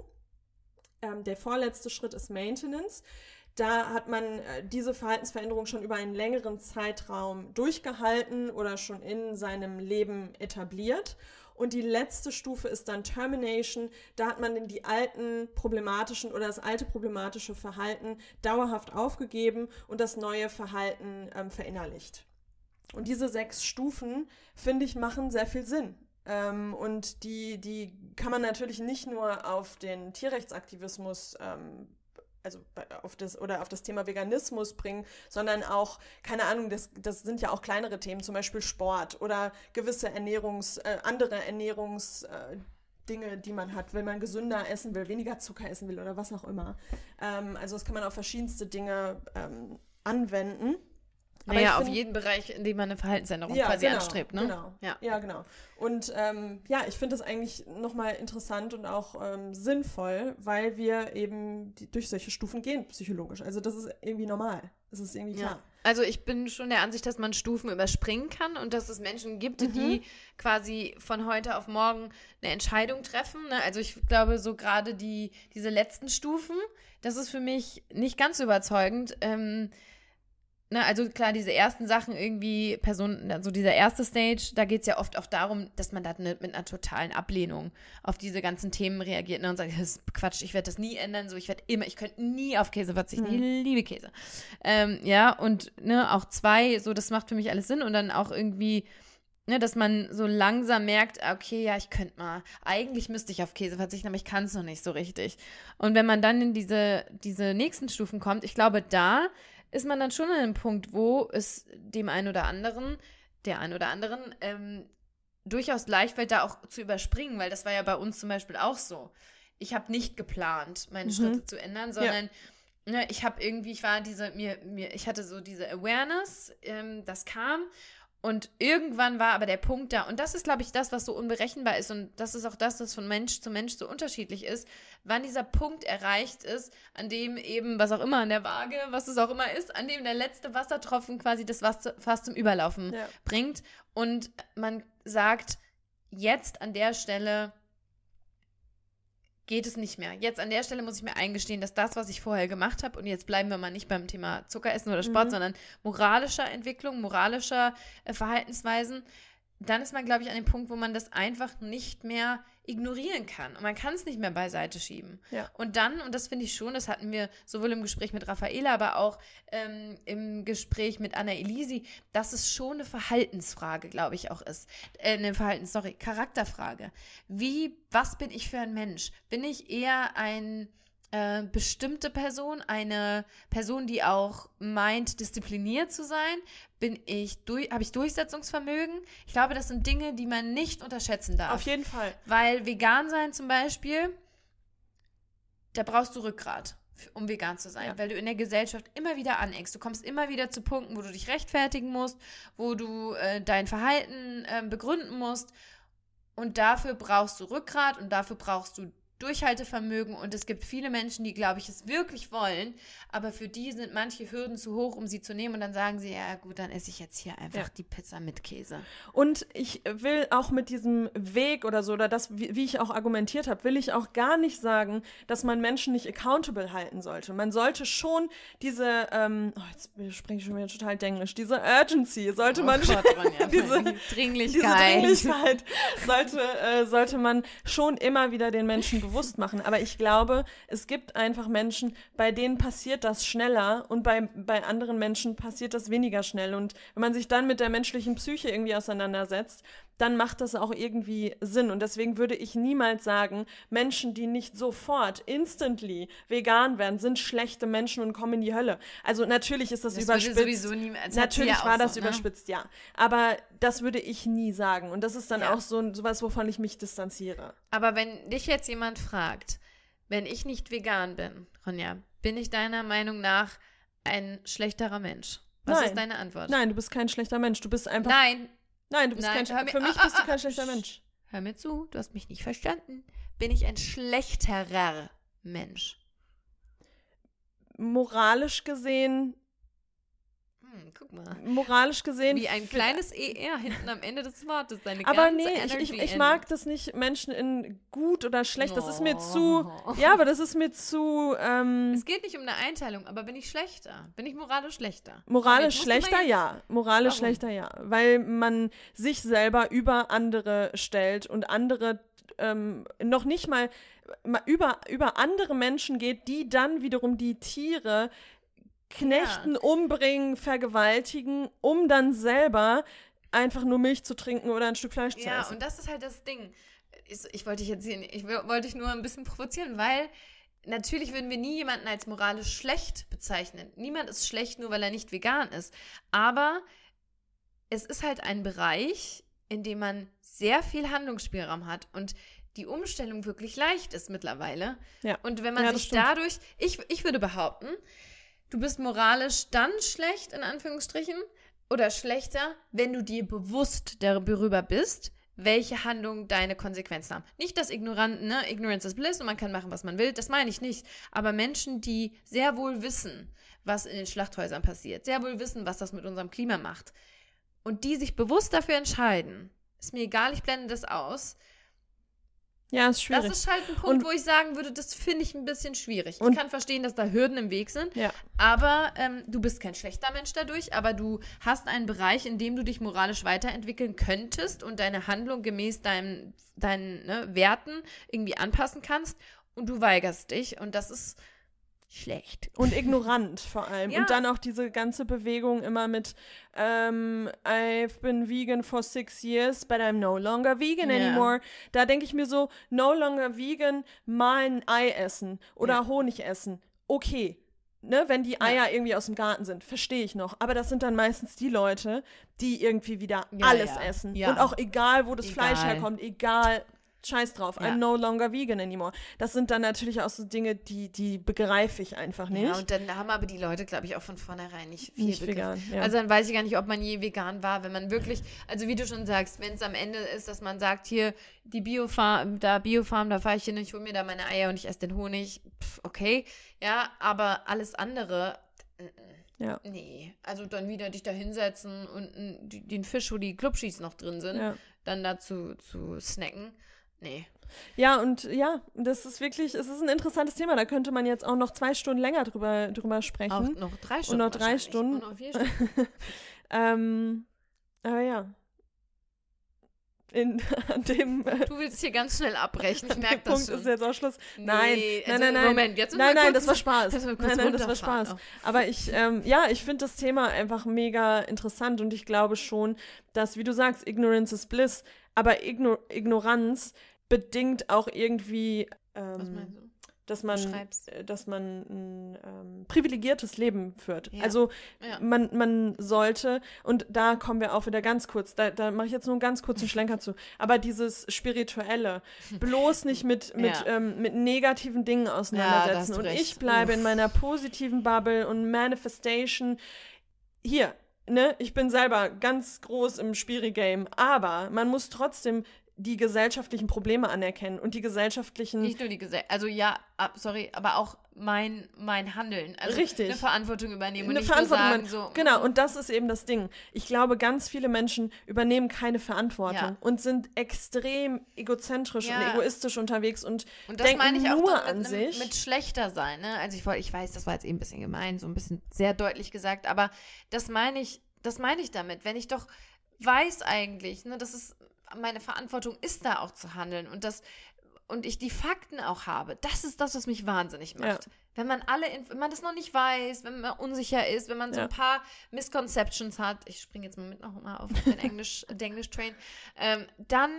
Ähm, der vorletzte Schritt ist Maintenance. Da hat man äh, diese Verhaltensveränderung schon über einen längeren Zeitraum durchgehalten oder schon in seinem Leben etabliert. Und die letzte Stufe ist dann Termination. Da hat man die alten problematischen oder das alte problematische Verhalten dauerhaft aufgegeben und das neue Verhalten ähm, verinnerlicht. Und diese sechs Stufen, finde ich, machen sehr viel Sinn. Ähm, und die, die kann man natürlich nicht nur auf den Tierrechtsaktivismus ähm, also auf das oder auf das Thema Veganismus bringen, sondern auch, keine Ahnung, das, das sind ja auch kleinere Themen, zum Beispiel Sport oder gewisse Ernährungs, äh, andere Ernährungsdinge, äh, die man hat, wenn man gesünder essen will, weniger Zucker essen will oder was auch immer. Ähm, also das kann man auf verschiedenste Dinge ähm, anwenden. Aber naja, find, auf jeden Bereich, in dem man eine Verhaltensänderung ja, quasi genau, anstrebt, ne? Genau. Ja, ja genau. Und ähm, ja, ich finde das eigentlich nochmal interessant und auch ähm, sinnvoll, weil wir eben die, durch solche Stufen gehen, psychologisch. Also das ist irgendwie normal. Das ist irgendwie klar. Ja. Also ich bin schon der Ansicht, dass man Stufen überspringen kann und dass es Menschen gibt, mhm. die quasi von heute auf morgen eine Entscheidung treffen. Ne? Also ich glaube, so gerade die diese letzten Stufen, das ist für mich nicht ganz überzeugend. Ähm, Ne, also klar, diese ersten Sachen irgendwie, Personen, also dieser erste Stage, da geht es ja oft auch darum, dass man da ne, mit einer totalen Ablehnung auf diese ganzen Themen reagiert, ne, und sagt, das ist Quatsch, ich werde das nie ändern, so, ich werde immer, ich könnte nie auf Käse verzichten, hm. ich liebe Käse. Ähm, ja, und ne, auch zwei, so, das macht für mich alles Sinn und dann auch irgendwie, ne, dass man so langsam merkt, okay, ja, ich könnte mal, eigentlich müsste ich auf Käse verzichten, aber ich kann es noch nicht so richtig. Und wenn man dann in diese, diese nächsten Stufen kommt, ich glaube, da ist man dann schon an einem Punkt, wo es dem einen oder anderen, der einen oder anderen, ähm, durchaus leicht fällt, da auch zu überspringen, weil das war ja bei uns zum Beispiel auch so. Ich habe nicht geplant, meine mhm. Schritte zu ändern, sondern ja. ne, ich habe irgendwie, ich war diese, mir, mir, ich hatte so diese Awareness, ähm, das kam und irgendwann war aber der Punkt da und das ist, glaube ich, das, was so unberechenbar ist und das ist auch das, was von Mensch zu Mensch so unterschiedlich ist, wann dieser Punkt erreicht ist, an dem eben, was auch immer an der Waage, was es auch immer ist, an dem der letzte Wassertropfen quasi das Wasser fast zum Überlaufen ja. bringt und man sagt, jetzt an der Stelle geht es nicht mehr. Jetzt an der Stelle muss ich mir eingestehen, dass das, was ich vorher gemacht habe, und jetzt bleiben wir mal nicht beim Thema Zuckeressen oder Sport, mhm. sondern moralischer Entwicklung, moralischer äh, Verhaltensweisen, dann ist man, glaube ich, an dem Punkt, wo man das einfach nicht mehr ignorieren kann. Und man kann es nicht mehr beiseite schieben. Ja. Und dann, und das finde ich schon, das hatten wir sowohl im Gespräch mit Raffaela, aber auch ähm, im Gespräch mit Anna Elisi, dass es schon eine Verhaltensfrage, glaube ich, auch ist. Äh, eine Verhaltens-, sorry, Charakterfrage. Wie, was bin ich für ein Mensch? Bin ich eher ein Äh, bestimmte Person, eine Person, die auch meint, diszipliniert zu sein? Bin ich durch, habe ich Durchsetzungsvermögen? Ich glaube, das sind Dinge, die man nicht unterschätzen darf. Auf jeden Fall. Weil vegan sein zum Beispiel, da brauchst du Rückgrat, um vegan zu sein, ja. weil du in der Gesellschaft immer wieder aneckst. Du kommst immer wieder zu Punkten, wo du dich rechtfertigen musst, wo du äh, dein Verhalten äh, begründen musst. Und dafür brauchst du Rückgrat und dafür brauchst du Durchhaltevermögen und es gibt viele Menschen, die, glaube ich, es wirklich wollen, aber für die sind manche Hürden zu hoch, um sie zu nehmen und dann sagen sie, ja gut, dann esse ich jetzt hier einfach ja. die Pizza mit Käse. Und ich will auch mit diesem Weg oder so, oder das, wie, wie ich auch argumentiert habe, will ich auch gar nicht sagen, dass man Menschen nicht accountable halten sollte. Man sollte schon diese, ähm, oh, jetzt spreche ich schon wieder total denglisch, diese Urgency sollte oh man, Gott, Ronja, diese, Dringlichkeit, diese Dringlichkeit sollte, äh, sollte man schon immer wieder den Menschen bewusst machen. Aber ich glaube, es gibt einfach Menschen, bei denen passiert das schneller und bei, bei anderen Menschen passiert das weniger schnell. Und wenn man sich dann mit der menschlichen Psyche irgendwie auseinandersetzt, dann macht das auch irgendwie Sinn. Und deswegen würde ich niemals sagen, Menschen, die nicht sofort, instantly vegan werden, sind schlechte Menschen und kommen in die Hölle. Also natürlich ist das, das überspitzt. Sowieso nie, natürlich ja war das so, überspitzt, ne? Ja. Aber das würde ich nie sagen. Und das ist dann ja. auch so sowas, wovon ich mich distanziere. Aber wenn dich jetzt jemand fragt, wenn ich nicht vegan bin, Ronja, bin ich deiner Meinung nach ein schlechterer Mensch? Was Nein. ist deine Antwort? Nein, du bist kein schlechter Mensch. Du bist einfach... Nein. Nein, du bist Nein, kein... mir, Für mich ah, bist du kein ah, schlechter Mensch. Hör mir zu, du hast mich nicht verstanden. Bin ich ein schlechterer Mensch? Moralisch gesehen... Hm, guck mal. Moralisch gesehen. Wie ein kleines E R hinten am Ende des Wortes. Deine aber ganze nee, ich, ich, ich mag das nicht, Menschen in gut oder schlecht. Das ist mir zu. Ja, aber das ist mir zu. Ähm, es geht nicht um eine Einteilung, aber bin ich schlechter? Bin ich moralisch schlechter? Moralisch Komm, schlechter, ja. Moralisch Warum? schlechter, ja. Weil man sich selber über andere stellt und andere ähm, noch nicht mal über, über andere Menschen geht, die dann wiederum die Tiere knechten, ja. umbringen, vergewaltigen, um dann selber einfach nur Milch zu trinken oder ein Stück Fleisch zu ja, essen. Ja, und das ist halt das Ding. Ich, ich wollte dich jetzt hier, ich wollte dich nur ein bisschen provozieren, weil natürlich würden wir nie jemanden als moralisch schlecht bezeichnen. Niemand ist schlecht, nur weil er nicht vegan ist. Aber es ist halt ein Bereich, in dem man sehr viel Handlungsspielraum hat und die Umstellung wirklich leicht ist mittlerweile. Ja. Und wenn man ja, sich stimmt. dadurch, ich, ich würde behaupten, du bist moralisch dann schlecht, in Anführungsstrichen, oder schlechter, wenn du dir bewusst darüber bist, welche Handlungen deine Konsequenzen haben. Nicht das Ignoranten, ne? Ignorance is bliss und man kann machen, was man will, das meine ich nicht. Aber Menschen, die sehr wohl wissen, was in den Schlachthäusern passiert, sehr wohl wissen, was das mit unserem Klima macht und die sich bewusst dafür entscheiden, ist mir egal, ich blende das aus. Ja, ist schwierig. Das ist halt ein Punkt, und, wo ich sagen würde, das finde ich ein bisschen schwierig. Ich kann verstehen, dass da Hürden im Weg sind, ja. aber ähm, du bist kein schlechter Mensch dadurch, aber du hast einen Bereich, in dem du dich moralisch weiterentwickeln könntest und deine Handlung gemäß deinem, deinen ne, Werten irgendwie anpassen kannst und du weigerst dich und das ist schlecht. Und ignorant vor allem. Ja. Und dann auch diese ganze Bewegung immer mit ähm, I've been vegan for six years, but I'm no longer vegan ja. anymore. Da denke ich mir so, no longer vegan, mal ein Ei essen oder ja. Honig essen. Okay. Ne, wenn die Eier ja. irgendwie aus dem Garten sind, verstehe ich noch. Aber das sind dann meistens die Leute, die irgendwie wieder ja, alles ja. essen. Ja. Und auch egal, wo das egal. Fleisch herkommt, egal. Scheiß drauf, Ja. I'm no longer vegan anymore. Das sind dann natürlich auch so Dinge, die, die begreife ich einfach nicht. Ja, und dann haben aber die Leute, glaube ich, auch von vornherein nicht viel Nicht Begriff. vegan, ja. Also dann weiß ich gar nicht, ob man je vegan war, wenn man wirklich, also wie du schon sagst, wenn es am Ende ist, dass man sagt, hier, die Biofarm, da Biofarm, da fahre ich hin, ich hole mir da meine Eier und ich esse den Honig, pff, okay, ja, aber alles andere, ja. nee, also dann wieder dich da hinsetzen und n, den Fisch, wo die Klubschis noch drin sind, ja. dann dazu zu snacken, nee. Ja, und ja, das ist wirklich, es ist ein interessantes Thema. Da könnte man jetzt auch noch zwei Stunden länger drüber, drüber sprechen. Auch noch drei Stunden. Und noch drei Stunden. Und noch vier Stunden. ähm, aber ja. In, an dem, du willst hier ganz schnell abbrechen, ich merke das Punkt schon. ist jetzt auch Schluss. Nein, nee, nein, also nein, nein. Moment, jetzt nein, nein, kurz, das war Spaß. Das war nein, nein, das war Spaß. Auch. Aber ich, ähm, ja, ich finde das Thema einfach mega interessant und ich glaube schon, dass, wie du sagst, Ignorance is bliss, aber Igno- Ignoranz bedingt auch irgendwie, ähm, Was meinst du? dass man, Schreibst. dass man ein ähm, privilegiertes Leben führt. Ja. Also Ja. man, man sollte, und da kommen wir auch wieder ganz kurz, da, da mache ich jetzt nur einen ganz kurzen Schlenker zu, aber dieses Spirituelle, bloß nicht mit, mit, Ja. ähm, mit negativen Dingen auseinandersetzen. Ja, da hast du und recht. ich bleibe Uff. in meiner positiven Bubble und Manifestation. Hier, ne, ich bin selber ganz groß im Spiri-Game, aber man muss trotzdem die gesellschaftlichen Probleme anerkennen und die gesellschaftlichen... Nicht nur die Gesellschaft, also ja, ab, sorry, aber auch mein, mein Handeln. Also Richtig. Eine Verantwortung übernehmen und eine nicht Verantwortung nur sagen, übernehmen. so... Genau, und das ist eben das Ding. Ich glaube, ganz viele Menschen übernehmen keine Verantwortung Ja. und sind extrem egozentrisch Ja. und egoistisch unterwegs und, Und das denken meine ich auch nur dann an mit, einem- sich. mit schlechter sein, ne? Also ich wollte, ich weiß, das war jetzt eben ein bisschen gemein, so ein bisschen sehr deutlich gesagt, aber das meine ich, das meine ich damit, wenn ich doch weiß eigentlich, ne, das ist meine Verantwortung ist da auch zu handeln und das und ich die Fakten auch habe. Das ist das, was mich wahnsinnig macht. Ja. Wenn man alle, wenn man das noch nicht weiß, wenn man unsicher ist, wenn man so Ja. ein paar Misconceptions hat, ich springe jetzt mal mit noch mal auf den Englisch, den English-Train, ähm, dann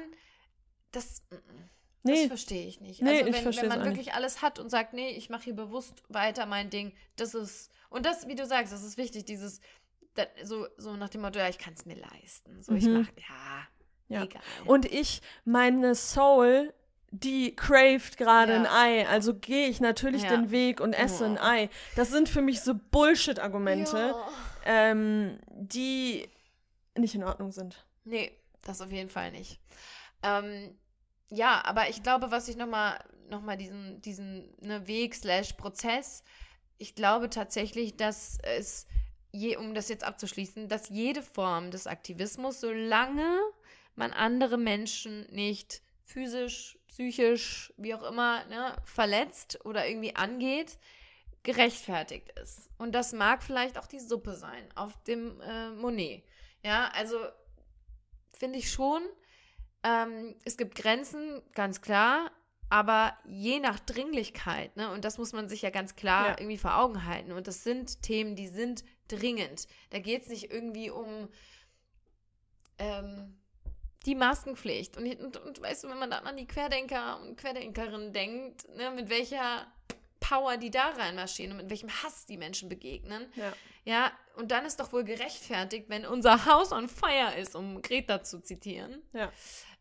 das, Nee. das verstehe ich nicht. Nee, also ich wenn, verstehe wenn es man auch wirklich alles hat und sagt, nee, ich mache hier bewusst weiter mein Ding, das ist, und das, wie du sagst, das ist wichtig, dieses, das, so, so nach dem Motto, ja, ich kann es mir leisten. So, ich Mhm. mache, ja, Ja. egal. Und ich, meine Soul, die craved gerade Ja. ein Ei. Also gehe ich natürlich Ja. den Weg und esse Ja. ein Ei. Das sind für mich so Bullshit-Argumente, Ja. ähm, die nicht in Ordnung sind. Nee, das auf jeden Fall nicht. Ähm, ja, aber ich glaube, was ich nochmal noch mal diesen, diesen ne, Weg slash Prozess, ich glaube tatsächlich, dass es je, um das jetzt abzuschließen, dass jede Form des Aktivismus, solange man andere Menschen nicht physisch, psychisch, wie auch immer, ne, verletzt oder irgendwie angeht, gerechtfertigt ist. Und das mag vielleicht auch die Suppe sein auf dem äh, Monet. Ja, also finde ich schon, ähm, es gibt Grenzen, ganz klar, aber je nach Dringlichkeit, ne, und das muss man sich ja ganz klar Ja. irgendwie vor Augen halten, und das sind Themen, die sind dringend. Da geht es nicht irgendwie um ähm, die Maskenpflicht. Und, und, und weißt du, wenn man dann an die Querdenker und Querdenkerinnen denkt, ne, mit welcher Power die da reinmarschieren und mit welchem Hass die Menschen begegnen. Ja. Ja, und dann ist doch wohl gerechtfertigt, wenn unser Haus on fire ist, um Greta zu zitieren, Ja.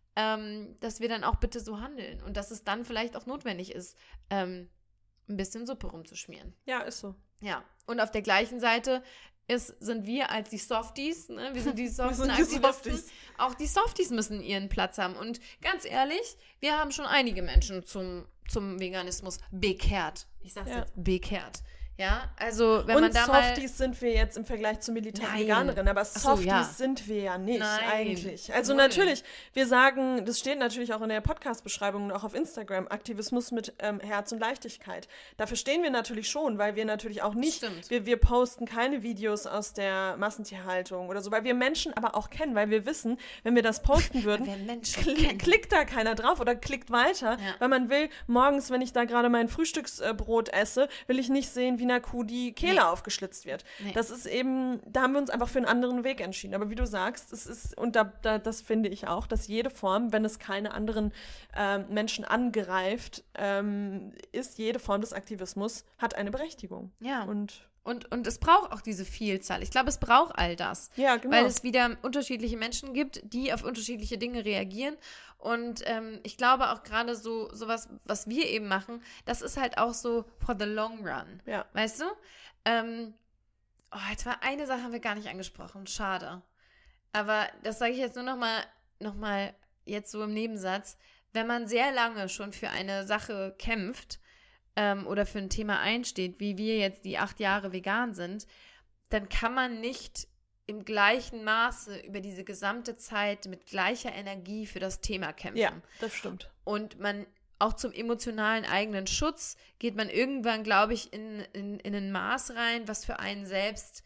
ähm, dass wir dann auch bitte so handeln und dass es dann vielleicht auch notwendig ist, ähm, ein bisschen Suppe rumzuschmieren. Ja, ist so. Ja, und auf der gleichen Seite ist, sind wir als die Softies, ne? Wir sind die soften sind die Aktivisten. Softies. Auch die Softies müssen ihren Platz haben. Und ganz ehrlich, wir haben schon einige Menschen zum, zum Veganismus bekehrt. Ich sag's Ja. jetzt, bekehrt. Ja, also wenn Und man da mal... Softies sind wir jetzt im Vergleich zu militanten Nein. Veganerinnen, aber Ach so, Softies ja. sind wir ja nicht Nein. eigentlich. Also Null. natürlich, wir sagen, das steht natürlich auch in der Podcast-Beschreibung und auch auf Instagram, Aktivismus mit ähm, Herz und Leichtigkeit. Dafür stehen wir natürlich schon, weil wir natürlich auch nicht, Stimmt. wir, wir posten keine Videos aus der Massentierhaltung oder so, weil wir Menschen aber auch kennen, weil wir wissen, wenn wir das posten würden, wir Menschen kli- kennen. klickt da keiner drauf oder klickt weiter, Ja. weil man will, morgens, wenn ich da gerade mein Frühstücksbrot esse, will ich nicht sehen, wie einer Kuh die Kehle Nee. aufgeschlitzt wird. Nee. Das ist eben, da haben wir uns einfach für einen anderen Weg entschieden. Aber wie du sagst, es ist, und da, da, das finde ich auch, dass jede Form, wenn es keine anderen ähm, Menschen angreift, ähm, ist jede Form des Aktivismus, hat eine Berechtigung. Ja, Und und, und es braucht auch diese Vielzahl. Ich glaube, es braucht all das. ja, genau. Weil es wieder unterschiedliche Menschen gibt, die auf unterschiedliche Dinge reagieren. Und ähm, ich glaube auch gerade so sowas, was wir eben machen, das ist halt auch so for the long run. Ja. Weißt du? Ähm, oh, jetzt war eine Sache, haben wir gar nicht angesprochen. Schade. Aber das sage ich jetzt nur noch mal, noch mal jetzt so im Nebensatz. Wenn man sehr lange schon für eine Sache kämpft, ähm, oder für ein Thema einsteht, wie wir jetzt die acht Jahre vegan sind, dann kann man nicht im gleichen Maße über diese gesamte Zeit mit gleicher Energie für das Thema kämpfen. Ja, das stimmt. Und man auch zum emotionalen eigenen Schutz geht man irgendwann, glaube ich, in, in, in ein Maß rein, was für einen selbst,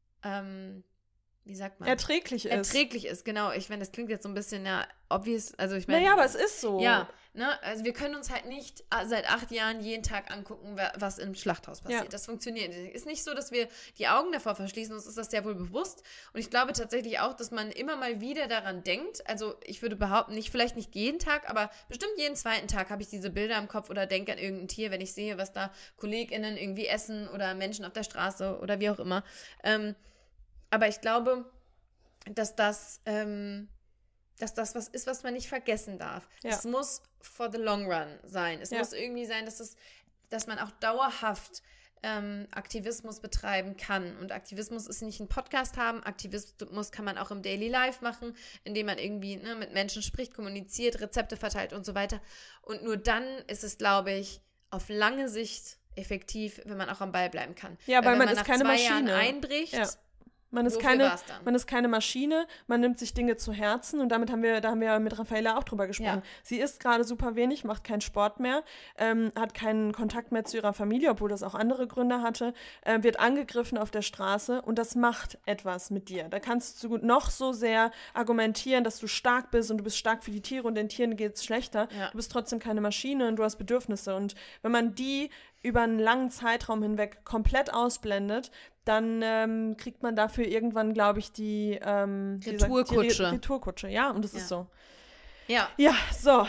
ähm, wie sagt man? Erträglich ist. Erträglich ist, genau. Ich meine, das klingt jetzt so ein bisschen, ja, obvious, also ich meine... Naja, aber es ist so. Ja, ne, also wir können uns halt nicht seit acht Jahren jeden Tag angucken, was im Schlachthaus passiert. Ja. Das funktioniert nicht. Ist nicht so, dass wir die Augen davor verschließen, uns ist das sehr wohl bewusst. Und ich glaube tatsächlich auch, dass man immer mal wieder daran denkt, also ich würde behaupten, nicht vielleicht nicht jeden Tag, aber bestimmt jeden zweiten Tag habe ich diese Bilder im Kopf oder denke an irgendein Tier, wenn ich sehe, was da KollegInnen irgendwie essen oder Menschen auf der Straße oder wie auch immer. Ähm, aber ich glaube, dass das... Ähm, dass das was ist, was man nicht vergessen darf. Ja. Es muss for the long run sein. Es Ja. muss irgendwie sein, dass, es, dass man auch dauerhaft ähm, Aktivismus betreiben kann. Und Aktivismus ist nicht ein Podcast haben. Aktivismus kann man auch im Daily Life machen, indem man irgendwie ne, mit Menschen spricht, kommuniziert, Rezepte verteilt und so weiter. Und nur dann ist es, glaube ich, auf lange Sicht effektiv, wenn man auch am Ball bleiben kann. Ja, weil wenn man man ist nach keine zwei Jahren Maschine. einbricht, Ja. Man ist, wofür keine, war's dann? man ist keine Maschine, man nimmt sich Dinge zu Herzen und damit haben wir, da haben wir ja mit Raffaella auch drüber gesprochen. Ja. Sie isst gerade super wenig, macht keinen Sport mehr, ähm, hat keinen Kontakt mehr zu ihrer Familie, obwohl das auch andere Gründe hatte, äh, wird angegriffen auf der Straße und das macht etwas mit dir. Da kannst du noch so sehr argumentieren, dass du stark bist und du bist stark für die Tiere und den Tieren geht es schlechter. Ja. Du bist trotzdem keine Maschine und du hast Bedürfnisse und wenn man die über einen langen Zeitraum hinweg komplett ausblendet, dann ähm, kriegt man dafür irgendwann, glaube ich, die, ähm, wie sagt- Retourkutsche. Die Re- Retourkutsche, ja, und das Ja. ist so. ja. Ja, so.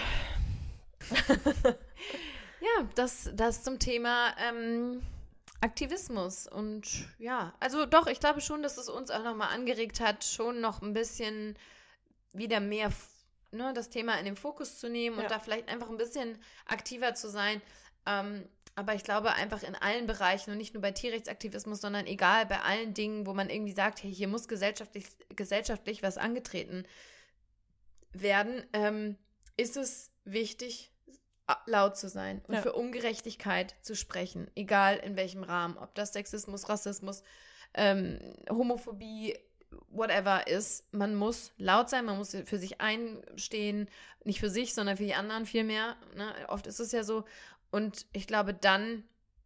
Ja, das, das zum Thema ähm, Aktivismus. Und ja, also doch, ich glaube schon, dass es uns auch nochmal angeregt hat, schon noch ein bisschen wieder mehr ne, das Thema in den Fokus zu nehmen und Ja. da vielleicht einfach ein bisschen aktiver zu sein. Ähm, aber ich glaube einfach in allen Bereichen und nicht nur bei Tierrechtsaktivismus, sondern egal bei allen Dingen, wo man irgendwie sagt, hey, hier muss gesellschaftlich, gesellschaftlich was angetreten werden, ähm, ist es wichtig, laut zu sein und Ja. für Ungerechtigkeit zu sprechen, egal in welchem Rahmen, ob das Sexismus, Rassismus, ähm, Homophobie, whatever ist, man muss laut sein, man muss für sich einstehen, nicht für sich, sondern für die anderen vielmehr. Ne? Oft ist es ja so. Und ich glaube, dann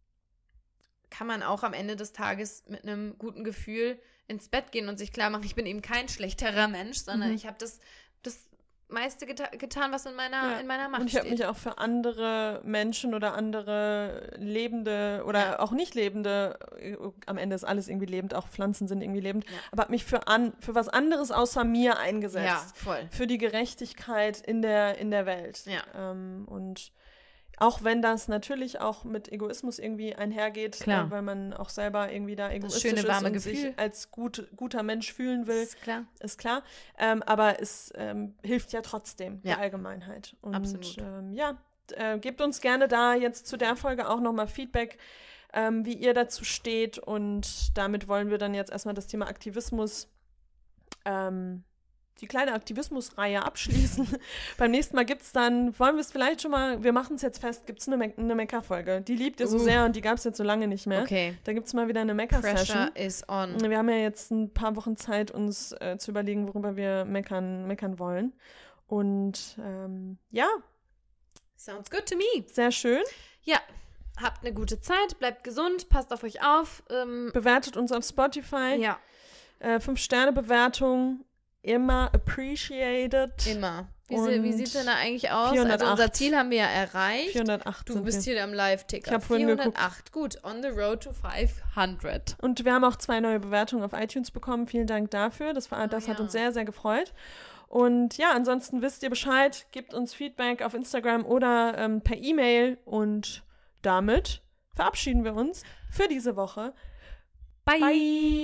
kann man auch am Ende des Tages mit einem guten Gefühl ins Bett gehen und sich klar machen, ich bin eben kein schlechterer Mensch, sondern mhm. ich habe das, das meiste geta- getan, was in meiner, ja. in meiner Macht und ich steht. habe mich auch für andere Menschen oder andere lebende oder ja. auch nicht lebende, am Ende ist alles irgendwie lebend, auch Pflanzen sind irgendwie lebend, ja. aber habe mich für, an, für was anderes außer mir eingesetzt. Ja, voll. Für die Gerechtigkeit in der, in der Welt. Ja. Ähm, und auch wenn das natürlich auch mit Egoismus irgendwie einhergeht, äh, weil man auch selber irgendwie da egoistisch schöne, warme ist und Gefühl. sich als gut, guter Mensch fühlen will. Ist klar. Ist klar. Ähm, aber es ähm, hilft ja trotzdem ja. der Allgemeinheit. Und Absolut. Ähm, ja, äh, gebt uns gerne da jetzt zu der Folge auch nochmal Feedback, ähm, wie ihr dazu steht. Und damit wollen wir dann jetzt erstmal das Thema Aktivismus ähm, die kleine Aktivismusreihe abschließen. Beim nächsten Mal gibt es dann, wollen wir es vielleicht schon mal, wir machen es jetzt fest, gibt es eine, Me- eine Mecker-Folge. Die liebt ihr so uh. sehr und die gab es jetzt so lange nicht mehr. Okay. Da gibt es mal wieder eine Mecker-Session. Pressure is on. Wir haben ja jetzt ein paar Wochen Zeit, uns äh, zu überlegen, worüber wir meckern, meckern wollen. Und ähm, ja. Sounds good to me. Sehr schön. Ja. Habt eine gute Zeit, bleibt gesund, passt auf euch auf. Ähm, Bewertet uns auf Spotify. Ja. Äh, Fünf-Sterne-Bewertung. Immer appreciated. Immer. Wie, sie, wie sieht es denn da eigentlich aus? vierhundertacht. Also unser Ziel haben wir ja erreicht. vierhundertacht Du sind bist wir. hier am Live-Ticker. Ich habe vorhin vierhundertacht. Gut, on the road to fünfhundert. Und wir haben auch zwei neue Bewertungen auf iTunes bekommen. Vielen Dank dafür. Das, war, das oh, ja. hat uns sehr, sehr gefreut. Und ja, ansonsten wisst ihr Bescheid. Gebt uns Feedback auf Instagram oder ähm, per E-Mail. Und damit verabschieden wir uns für diese Woche. Bye.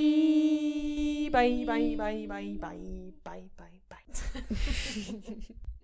Bye, bye, bye, bye, bye, bye, bye, bye.